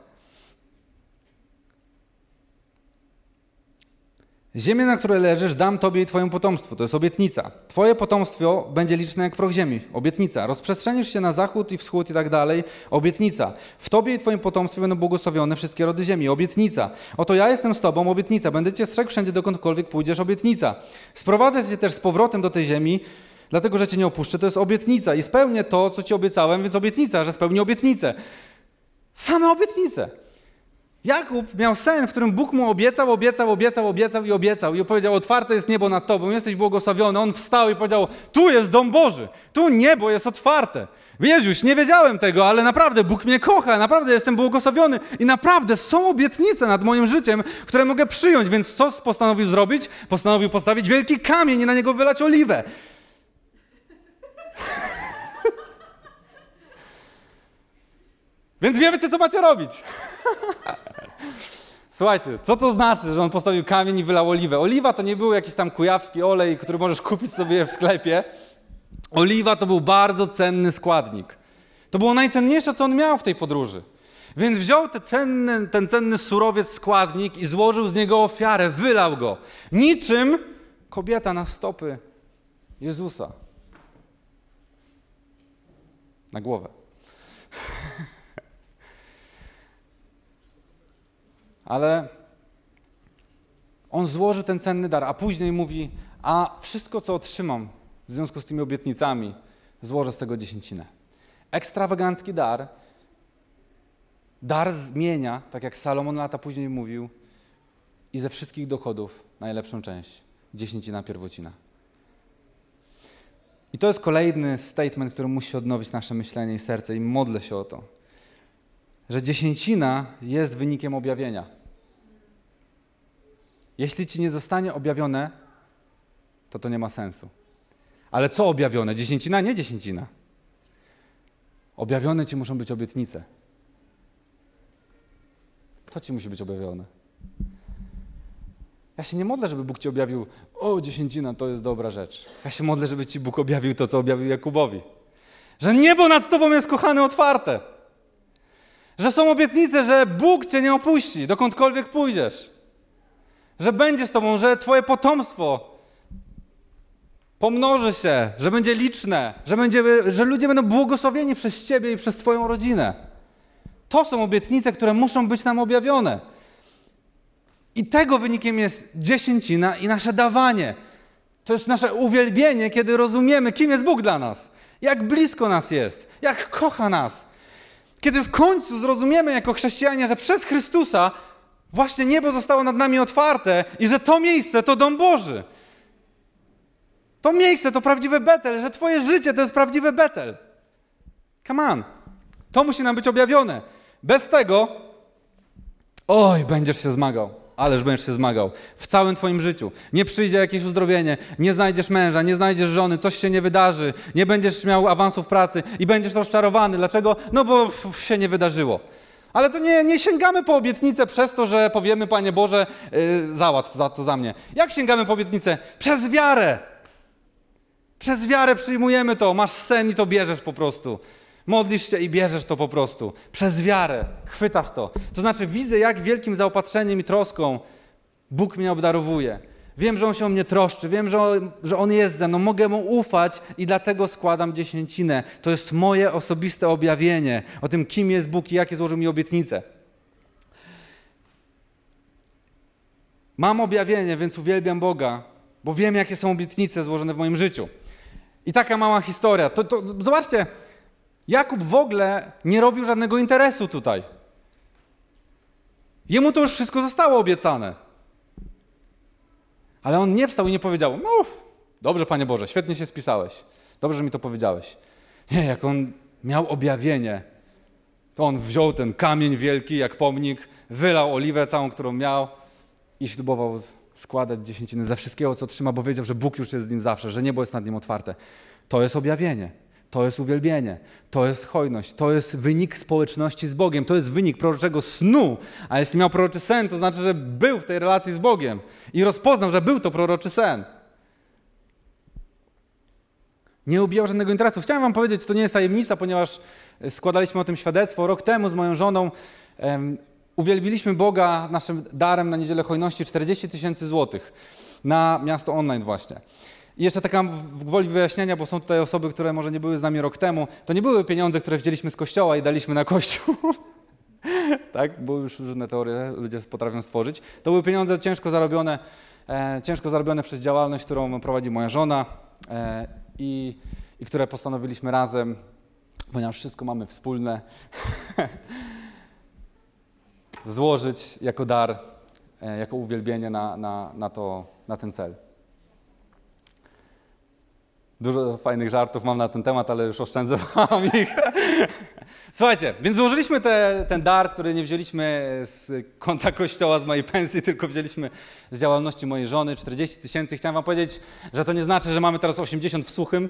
B: Ziemię, na której leżysz, dam tobie i twojemu potomstwu. To jest obietnica. Twoje potomstwo będzie liczne jak proch ziemi. Obietnica. Rozprzestrzenisz się na zachód i wschód i tak dalej. Obietnica. W tobie i twoim potomstwie będą błogosławione wszystkie rody ziemi. Obietnica. Oto ja jestem z tobą. Obietnica. Będę cię strzegł wszędzie, dokądkolwiek pójdziesz. Obietnica. Sprowadzę cię też z powrotem do tej ziemi, dlatego że cię nie opuszczę. To jest obietnica. I spełnię to, co ci obiecałem, więc obietnica, że spełni obietnicę. Same obietnice. Jakub miał sen, w którym Bóg mu obiecał, obiecał, obiecał, obiecał i obiecał. I powiedział: otwarte jest niebo nad tobą, jesteś błogosławiony. On wstał i powiedział: tu jest dom Boży, tu niebo jest otwarte. Jezus, nie wiedziałem tego, ale naprawdę Bóg mnie kocha, naprawdę jestem błogosławiony i naprawdę są obietnice nad moim życiem, które mogę przyjąć. Więc co postanowił zrobić? Postanowił postawić wielki kamień i na niego wylać oliwę. Więc wiecie, co macie robić. Słuchajcie, co to znaczy, że on postawił kamień i wylał oliwę? Oliwa to nie był jakiś tam kujawski olej, który możesz kupić sobie w sklepie. Oliwa to był bardzo cenny składnik. To było najcenniejsze, co on miał w tej podróży. Więc wziął te cenny, ten cenny surowiec, składnik i złożył z niego ofiarę, wylał go. Niczym kobieta na stopy Jezusa. Na głowę. Ale on złoży ten cenny dar, a później mówi: a wszystko, co otrzymam w związku z tymi obietnicami, złożę z tego dziesięcinę. Ekstrawagancki dar, dar zmienia, tak jak Salomon lata później mówił, i ze wszystkich dochodów najlepszą część, dziesięcina pierwocina. I to jest kolejny statement, który musi odnowić nasze myślenie i serce, i modlę się o to, że dziesięcina jest wynikiem objawienia. Jeśli ci nie zostanie objawione, to to nie ma sensu. Ale co objawione? Dziesięcina? Nie dziesięcina. Objawione ci muszą być obietnice. To ci musi być objawione. Ja się nie modlę, żeby Bóg ci objawił: o, dziesięcina to jest dobra rzecz. Ja się modlę, żeby ci Bóg objawił to, co objawił Jakubowi. Że niebo nad tobą jest, kochany, otwarte. Że są obietnice, że Bóg cię nie opuści, dokądkolwiek pójdziesz. Że będzie z tobą, że twoje potomstwo pomnoży się, że będzie liczne, że, będzie, że ludzie będą błogosławieni przez ciebie i przez twoją rodzinę. To są obietnice, które muszą być nam objawione. I tego wynikiem jest dziesięcina i nasze dawanie. To jest nasze uwielbienie, kiedy rozumiemy, kim jest Bóg dla nas. Jak blisko nas jest, jak kocha nas. Kiedy w końcu zrozumiemy jako chrześcijanie, że przez Chrystusa właśnie niebo zostało nad nami otwarte i że to miejsce to dom Boży. To miejsce to prawdziwy Betel, że twoje życie to jest prawdziwy Betel. Come on. To musi nam być objawione. Bez tego, oj, będziesz się zmagał. Ależ będziesz się zmagał. W całym twoim życiu. Nie przyjdzie jakieś uzdrowienie, nie znajdziesz męża, nie znajdziesz żony, coś się nie wydarzy, nie będziesz miał awansu w pracy i będziesz rozczarowany. Dlaczego? No bo się nie wydarzyło. Ale to nie, nie sięgamy po obietnicę przez to, że powiemy, Panie Boże, yy, załatw za to za mnie. Jak sięgamy po obietnicę? Przez wiarę. Przez wiarę przyjmujemy to. Masz sen i to bierzesz po prostu. Modlisz się i bierzesz to po prostu. Przez wiarę. Chwytasz to. To znaczy widzę, jak wielkim zaopatrzeniem i troską Bóg mnie obdarowuje. Wiem, że On się o mnie troszczy. Wiem, że On, że On jest ze mną. Mogę Mu ufać i dlatego składam dziesięcinę. To jest moje osobiste objawienie o tym, kim jest Bóg i jakie złożył mi obietnice. Mam objawienie, więc uwielbiam Boga, bo wiem, jakie są obietnice złożone w moim życiu. I taka mała historia. To, to, zobaczcie, Jakub w ogóle nie robił żadnego interesu tutaj. Jemu to już wszystko zostało obiecane. Ale on nie wstał i nie powiedział, no dobrze, Panie Boże, świetnie się spisałeś. Dobrze, że mi to powiedziałeś. Nie, jak on miał objawienie, to on wziął ten kamień wielki jak pomnik, wylał oliwę całą, którą miał i ślubował składać dziesięciny ze wszystkiego, co trzyma, bo wiedział, że Bóg już jest z nim zawsze, że niebo jest nad nim otwarte. To jest objawienie. To jest uwielbienie, to jest hojność, to jest wynik społeczności z Bogiem, to jest wynik proroczego snu, a jeśli miał proroczy sen, to znaczy, że był w tej relacji z Bogiem i rozpoznał, że był to proroczy sen. Nie ubijał żadnego interesu. Chciałem wam powiedzieć, to nie jest tajemnica, ponieważ składaliśmy o tym świadectwo rok temu z moją żoną. Um, uwielbiliśmy Boga naszym darem na Niedzielę Hojności czterdzieści tysięcy złotych na Miasto Online właśnie. I jeszcze taka w gwoli wyjaśnienia, bo są tutaj osoby, które może nie były z nami rok temu. To nie były pieniądze, które wzięliśmy z kościoła i daliśmy na kościół. Tak, bo już różne teorie ludzie potrafią stworzyć. To były pieniądze ciężko zarobione, e, ciężko zarobione przez działalność, którą prowadzi moja żona e, i, i które postanowiliśmy razem, ponieważ wszystko mamy wspólne, złożyć jako dar, e, jako uwielbienie na, na, na, to, na ten cel. Dużo fajnych żartów mam na ten temat, ale już oszczędzę wam ich. Słuchajcie, więc złożyliśmy te, ten dar, który nie wzięliśmy z konta kościoła, z mojej pensji, tylko wzięliśmy z działalności mojej żony, czterdzieści tysięcy. Chciałem wam powiedzieć, że to nie znaczy, że mamy teraz osiemdziesiąt w suchym.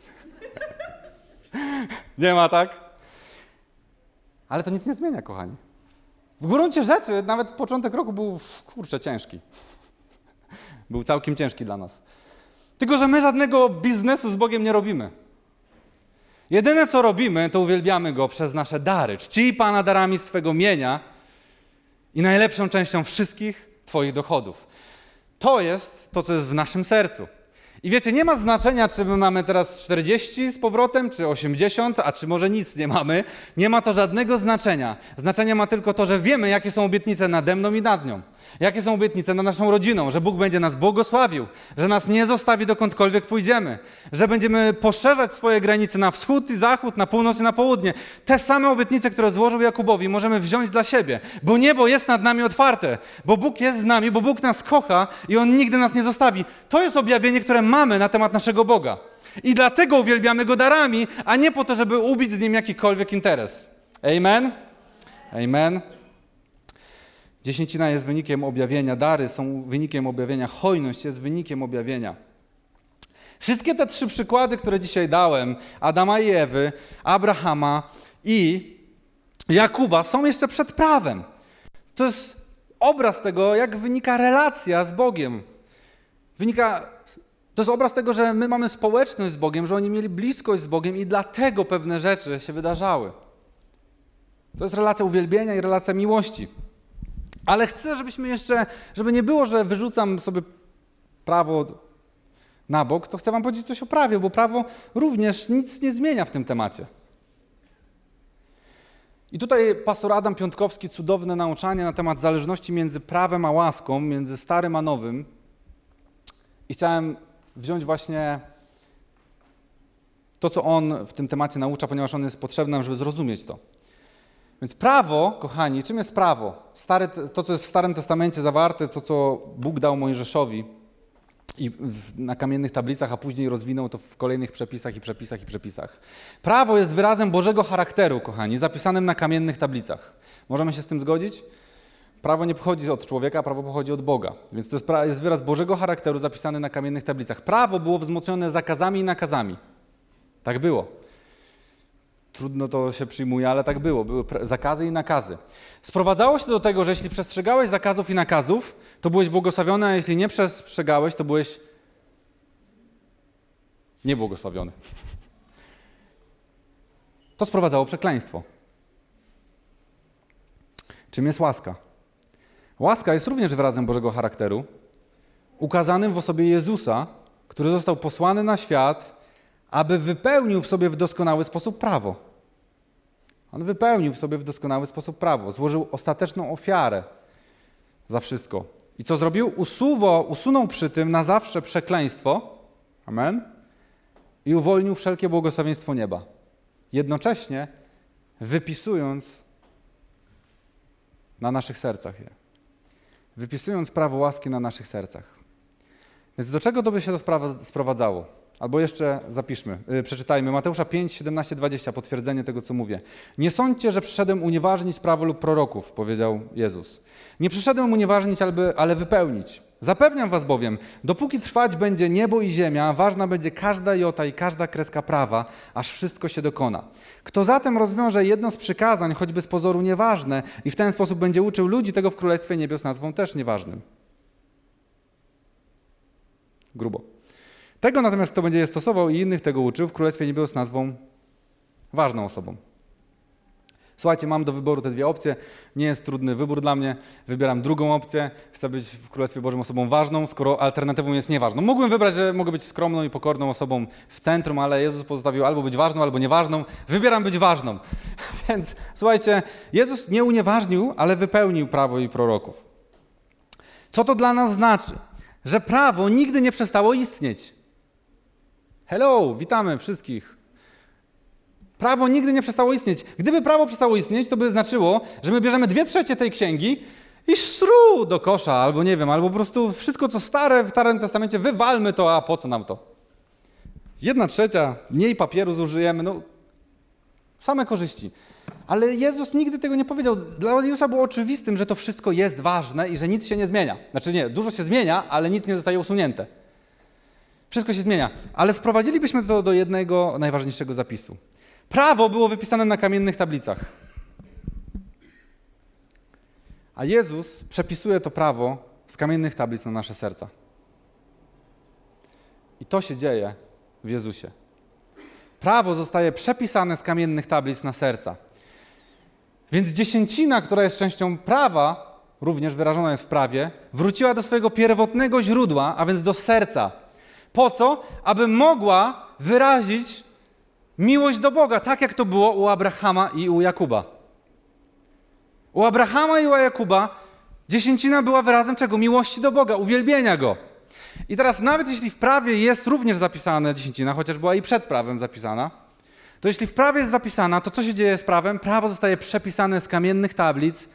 B: Nie ma tak. Ale to nic nie zmienia, kochani. W gruncie rzeczy nawet początek roku był, kurczę, ciężki. Był całkiem ciężki dla nas. Tylko że my żadnego biznesu z Bogiem nie robimy. Jedyne, co robimy, to uwielbiamy Go przez nasze dary. Czcij Pana darami z Twego mienia i najlepszą częścią wszystkich Twoich dochodów. To jest to, co jest w naszym sercu. I wiecie, nie ma znaczenia, czy my mamy teraz czterdzieści z powrotem, czy osiemdziesiąt, a czy może nic nie mamy. Nie ma to żadnego znaczenia. Znaczenie ma tylko to, że wiemy, jakie są obietnice nade mną i nad nią. Jakie są obietnice nad naszą rodziną, że Bóg będzie nas błogosławił, że nas nie zostawi dokądkolwiek pójdziemy, że będziemy poszerzać swoje granice na wschód i zachód, na północ i na południe. Te same obietnice, które złożył Jakubowi, możemy wziąć dla siebie, bo niebo jest nad nami otwarte, bo Bóg jest z nami, bo Bóg nas kocha i On nigdy nas nie zostawi. To jest objawienie, które mamy na temat naszego Boga. I dlatego uwielbiamy Go darami, a nie po to, żeby ubić z Nim jakikolwiek interes. Amen? Amen. Dziesięcina jest wynikiem objawienia, dary są wynikiem objawienia, hojność jest wynikiem objawienia. Wszystkie te trzy przykłady, które dzisiaj dałem, Adama i Ewy, Abrahama i Jakuba, są jeszcze przed prawem. To jest obraz tego, jak wynika relacja z Bogiem. Wynika, to jest obraz tego, że my mamy społeczność z Bogiem, że oni mieli bliskość z Bogiem i dlatego pewne rzeczy się wydarzały. To jest relacja uwielbienia i relacja miłości. Ale chcę, żebyśmy jeszcze, żeby nie było, że wyrzucam sobie prawo na bok, to chcę wam powiedzieć coś o prawie, bo prawo również nic nie zmienia w tym temacie. I tutaj pastor Adam Piątkowski, cudowne nauczanie na temat zależności między prawem a łaską, między starym a nowym. I chciałem wziąć właśnie to, co on w tym temacie naucza, ponieważ on jest potrzebny nam, żeby zrozumieć to. Więc prawo, kochani, czym jest prawo? Stary, to, co jest w Starym Testamencie zawarte, to, co Bóg dał Mojżeszowi i w, na kamiennych tablicach, a później rozwinął to w kolejnych przepisach i przepisach i przepisach. Prawo jest wyrazem Bożego charakteru, kochani, zapisanym na kamiennych tablicach. Możemy się z tym zgodzić? Prawo nie pochodzi od człowieka, prawo pochodzi od Boga. Więc to jest, jest wyraz Bożego charakteru zapisany na kamiennych tablicach. Prawo było wzmocnione zakazami i nakazami. Tak było. Trudno to się przyjmuje, ale tak było. Były zakazy i nakazy. Sprowadzało się do tego, że jeśli przestrzegałeś zakazów i nakazów, to byłeś błogosławiony, a jeśli nie przestrzegałeś, to byłeś niebłogosławiony. To sprowadzało przekleństwo. Czym jest łaska? Łaska jest również wyrazem Bożego charakteru, ukazanym w osobie Jezusa, który został posłany na świat, aby wypełnił w sobie w doskonały sposób prawo. On wypełnił w sobie w doskonały sposób prawo. Złożył ostateczną ofiarę za wszystko. I co zrobił? Usuwał, usunął przy tym na zawsze przekleństwo. Amen. I uwolnił wszelkie błogosławieństwo nieba. Jednocześnie wypisując na naszych sercach je. Wypisując prawo łaski na naszych sercach. Więc do czego to by się to sprowadzało? Albo jeszcze zapiszmy, yy, przeczytajmy Mateusza pięć, siedemnaście, dwadzieścia, potwierdzenie tego, co mówię. Nie sądźcie, że przyszedłem unieważnić prawo lub proroków, powiedział Jezus. Nie przyszedłem unieważnić, ale wypełnić. Zapewniam was bowiem, dopóki trwać będzie niebo i ziemia, ważna będzie każda jota i każda kreska prawa, aż wszystko się dokona. Kto zatem rozwiąże jedno z przykazań, choćby z pozoru nieważne, i w ten sposób będzie uczył ludzi, tego w Królestwie Niebios nazwą też nieważnym. Grubo. Tego natomiast, kto będzie je stosował i innych tego uczył, w Królestwie Niebios nazwą ważną osobą. Słuchajcie, mam do wyboru te dwie opcje. Nie jest trudny wybór dla mnie. Wybieram drugą opcję. Chcę być w Królestwie Bożym osobą ważną, skoro alternatywą jest nieważną. Mógłbym wybrać, że mogę być skromną i pokorną osobą w centrum, ale Jezus pozostawił albo być ważną, albo nieważną. Wybieram być ważną. Więc słuchajcie, Jezus nie unieważnił, ale wypełnił prawo i proroków. Co to dla nas znaczy? Że prawo nigdy nie przestało istnieć. Hello, witamy wszystkich. Prawo nigdy nie przestało istnieć. Gdyby prawo przestało istnieć, to by znaczyło, że my bierzemy dwie trzecie tej księgi i szru do kosza, albo nie wiem, albo po prostu wszystko, co stare w Starym Testamencie, wywalmy to, a po co nam to? Jedna trzecia, mniej papieru zużyjemy, no same korzyści. Ale Jezus nigdy tego nie powiedział. Dla Jezusa było oczywistym, że to wszystko jest ważne i że nic się nie zmienia. Znaczy nie, dużo się zmienia, ale nic nie zostaje usunięte. Wszystko się zmienia. Ale sprowadzilibyśmy to do jednego najważniejszego zapisu. Prawo było wypisane na kamiennych tablicach. A Jezus przepisuje to prawo z kamiennych tablic na nasze serca. I to się dzieje w Jezusie. Prawo zostaje przepisane z kamiennych tablic na serca. Więc dziesięcina, która jest częścią prawa, również wyrażona jest w prawie, wróciła do swojego pierwotnego źródła, a więc do serca. Po co? Aby mogła wyrazić miłość do Boga, tak jak to było u Abrahama i u Jakuba. U Abrahama i u Jakuba dziesięcina była wyrazem czego? Miłości do Boga, uwielbienia Go. I teraz nawet jeśli w prawie jest również zapisana dziesięcina, chociaż była i przed prawem zapisana, to jeśli w prawie jest zapisana, to co się dzieje z prawem? Prawo zostaje przepisane z kamiennych tablic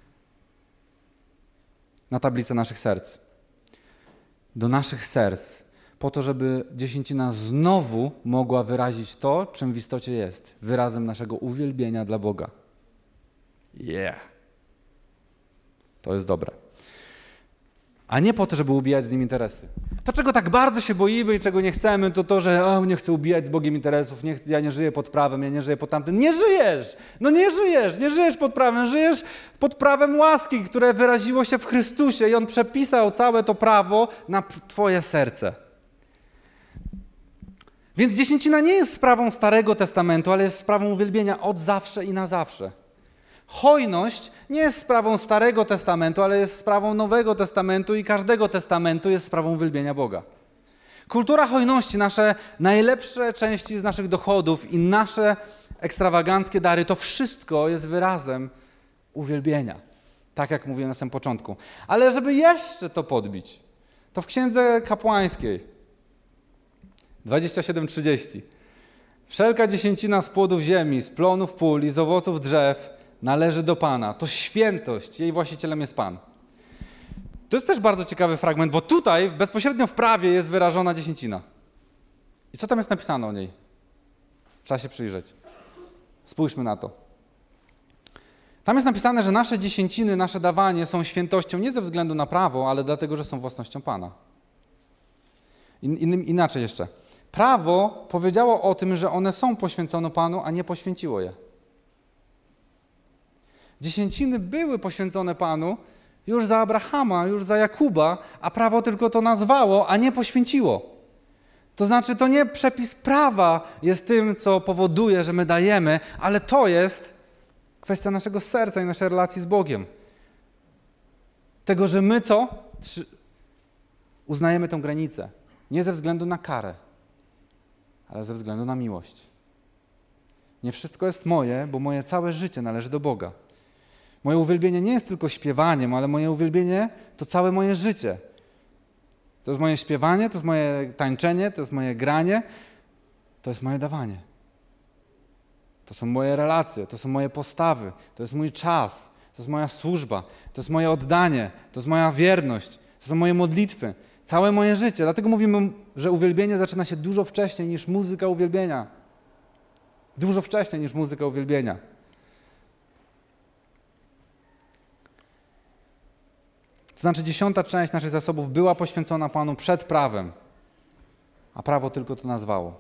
B: na tablicę naszych serc. Do naszych serc. Po to, żeby dziesięcina znowu mogła wyrazić to, czym w istocie jest. Wyrazem naszego uwielbienia dla Boga. Yeah. To jest dobre. A nie po to, żeby ubijać z nim interesy. To, czego tak bardzo się boimy i czego nie chcemy, to to, że o, nie chcę ubijać z Bogiem interesów, nie chcę, ja nie żyję pod prawem, ja nie żyję pod tamtym. Nie żyjesz! No nie żyjesz! Nie żyjesz pod prawem, żyjesz pod prawem łaski, które wyraziło się w Chrystusie i On przepisał całe to prawo na twoje serce. Więc dziesięcina nie jest sprawą Starego Testamentu, ale jest sprawą uwielbienia od zawsze i na zawsze. Hojność nie jest sprawą Starego Testamentu, ale jest sprawą Nowego Testamentu i każdego testamentu jest sprawą uwielbienia Boga. Kultura hojności, nasze najlepsze części z naszych dochodów i nasze ekstrawaganckie dary, to wszystko jest wyrazem uwielbienia. Tak jak mówiłem na samym początku. Ale żeby jeszcze to podbić, to w Księdze Kapłańskiej dwadzieścia siedem trzydzieści. Wszelka dziesięcina z płodów ziemi, z plonów pól i z owoców drzew należy do Pana. To świętość, jej właścicielem jest Pan. To jest też bardzo ciekawy fragment, bo tutaj bezpośrednio w prawie jest wyrażona dziesięcina. I co tam jest napisane o niej? Trzeba się przyjrzeć. Spójrzmy na to. Tam jest napisane, że nasze dziesięciny, nasze dawanie są świętością nie ze względu na prawo, ale dlatego, że są własnością Pana. In, in, inaczej jeszcze. Prawo powiedziało o tym, że one są poświęcone Panu, a nie poświęciło je. Dziesięciny były poświęcone Panu już za Abrahama, już za Jakuba, a prawo tylko to nazwało, a nie poświęciło. To znaczy, to nie przepis prawa jest tym, co powoduje, że my dajemy, ale to jest kwestia naszego serca i naszej relacji z Bogiem. Tego, że my co? Uznajemy tę granicę. Nie ze względu na karę, ale ze względu na miłość. Nie wszystko jest moje, bo moje całe życie należy do Boga. Moje uwielbienie nie jest tylko śpiewaniem, ale moje uwielbienie to całe moje życie. To jest moje śpiewanie, to jest moje tańczenie, to jest moje granie, to jest moje dawanie. To są moje relacje, to są moje postawy, to jest mój czas, to jest moja służba, to jest moje oddanie, to jest moja wierność, to są moje modlitwy, całe moje życie. Dlatego mówimy, że uwielbienie zaczyna się dużo wcześniej niż muzyka uwielbienia. Dużo wcześniej niż muzyka uwielbienia. To znaczy dziesiąta część naszych zasobów była poświęcona Panu przed prawem, a prawo tylko to nazwało.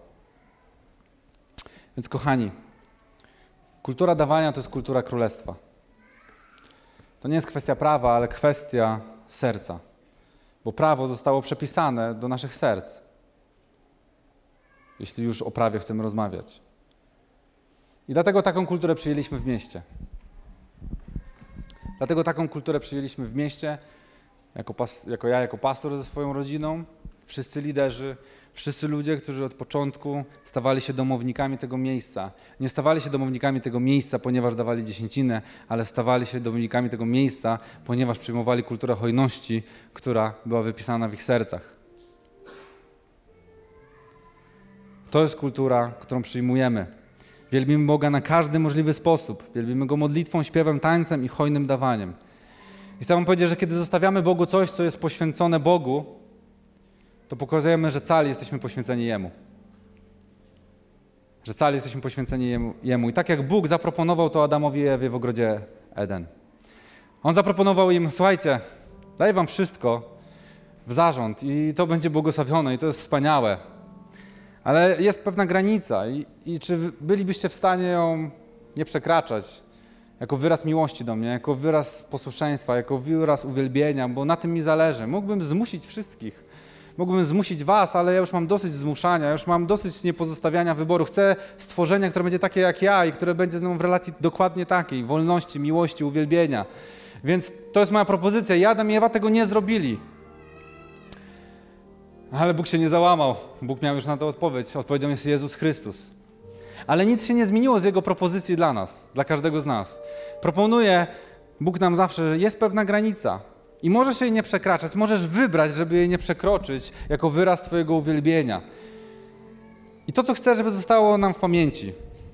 B: Więc kochani, kultura dawania to jest kultura królestwa. To nie jest kwestia prawa, ale kwestia serca. Bo prawo zostało przepisane do naszych serc. Jeśli już o prawie chcemy rozmawiać. I dlatego taką kulturę przyjęliśmy w mieście. Dlatego taką kulturę przyjęliśmy w mieście, jako, pas, jako ja, jako pastor ze swoją rodziną, wszyscy liderzy, wszyscy ludzie, którzy od początku stawali się domownikami tego miejsca. Nie stawali się domownikami tego miejsca, ponieważ dawali dziesięcinę, ale stawali się domownikami tego miejsca, ponieważ przyjmowali kulturę hojności, która była wypisana w ich sercach. To jest kultura, którą przyjmujemy. Wielbimy Boga na każdy możliwy sposób. Wielbimy Go modlitwą, śpiewem, tańcem i hojnym dawaniem. I chcę wam powiedzieć, że kiedy zostawiamy Bogu coś, co jest poświęcone Bogu, to pokazujemy, że cali jesteśmy poświęceni Jemu. Że cali jesteśmy poświęceni Jemu. Jemu. I tak jak Bóg zaproponował to Adamowi i Ewie w ogrodzie Eden. On zaproponował im, słuchajcie, daję wam wszystko w zarząd i to będzie błogosławione i to jest wspaniałe. Ale jest pewna granica i, i czy bylibyście w stanie ją nie przekraczać jako wyraz miłości do mnie, jako wyraz posłuszeństwa, jako wyraz uwielbienia, bo na tym mi zależy. Mógłbym zmusić wszystkich, mógłbym zmusić was, ale ja już mam dosyć zmuszania, ja już mam dosyć niepozostawiania wyboru. Chcę stworzenia, które będzie takie jak ja i które będzie z mną w relacji dokładnie takiej, wolności, miłości, uwielbienia. Więc to jest moja propozycja. I Adam i Ewa tego nie zrobili. Ale Bóg się nie załamał. Bóg miał już na to odpowiedź. Odpowiedzią jest Jezus Chrystus. Ale nic się nie zmieniło z Jego propozycji dla nas, dla każdego z nas. Proponuje Bóg nam zawsze, że jest pewna granica i możesz jej nie przekraczać, możesz wybrać, żeby jej nie przekroczyć jako wyraz Twojego uwielbienia. I to, co chcę, żeby zostało nam w pamięci,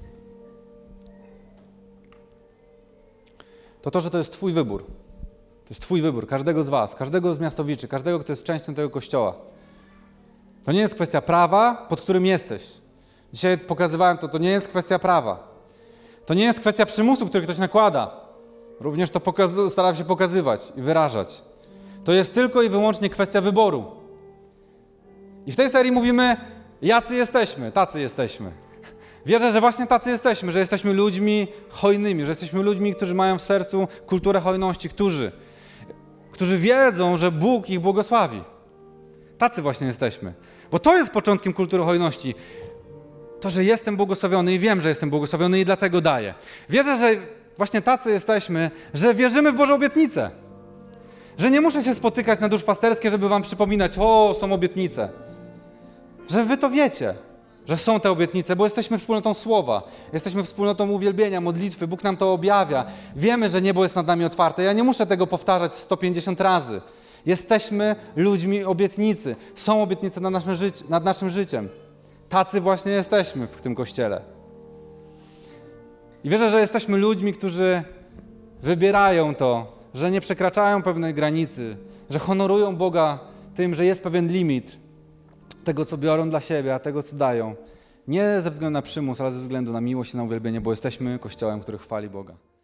B: to to, że to jest Twój wybór. To jest Twój wybór, każdego z was, każdego z miastowiczy, każdego, kto jest częścią tego Kościoła. To nie jest kwestia prawa, pod którym jesteś. Dzisiaj pokazywałem to, to nie jest kwestia prawa. To nie jest kwestia przymusu, który ktoś nakłada. Również to pokazu- staram się pokazywać i wyrażać. To jest tylko i wyłącznie kwestia wyboru. I w tej serii mówimy, jacy jesteśmy, tacy jesteśmy. Wierzę, że właśnie tacy jesteśmy, że jesteśmy ludźmi hojnymi, że jesteśmy ludźmi, którzy mają w sercu kulturę hojności, którzy, którzy wiedzą, że Bóg ich błogosławi. Tacy właśnie jesteśmy. Bo to jest początkiem kultury hojności. To, że jestem błogosławiony i wiem, że jestem błogosławiony i dlatego daję. Wierzę, że właśnie tacy jesteśmy, że wierzymy w Boże obietnice. Że nie muszę się spotykać na duszpasterskie, żeby wam przypominać, o, są obietnice. Że wy to wiecie. że są te obietnice, bo jesteśmy wspólnotą Słowa, jesteśmy wspólnotą uwielbienia, modlitwy, Bóg nam to objawia. Wiemy, że niebo jest nad nami otwarte. Ja nie muszę tego powtarzać sto pięćdziesiąt razy. Jesteśmy ludźmi obietnicy. Są obietnice nad naszym, życi- nad naszym życiem. Tacy właśnie jesteśmy w tym Kościele. I wierzę, że jesteśmy ludźmi, którzy wybierają to, że nie przekraczają pewnej granicy, że honorują Boga tym, że jest pewien limit tego, co biorą dla siebie, a tego, co dają. Nie ze względu na przymus, ale ze względu na miłość i na uwielbienie, bo jesteśmy Kościołem, który chwali Boga.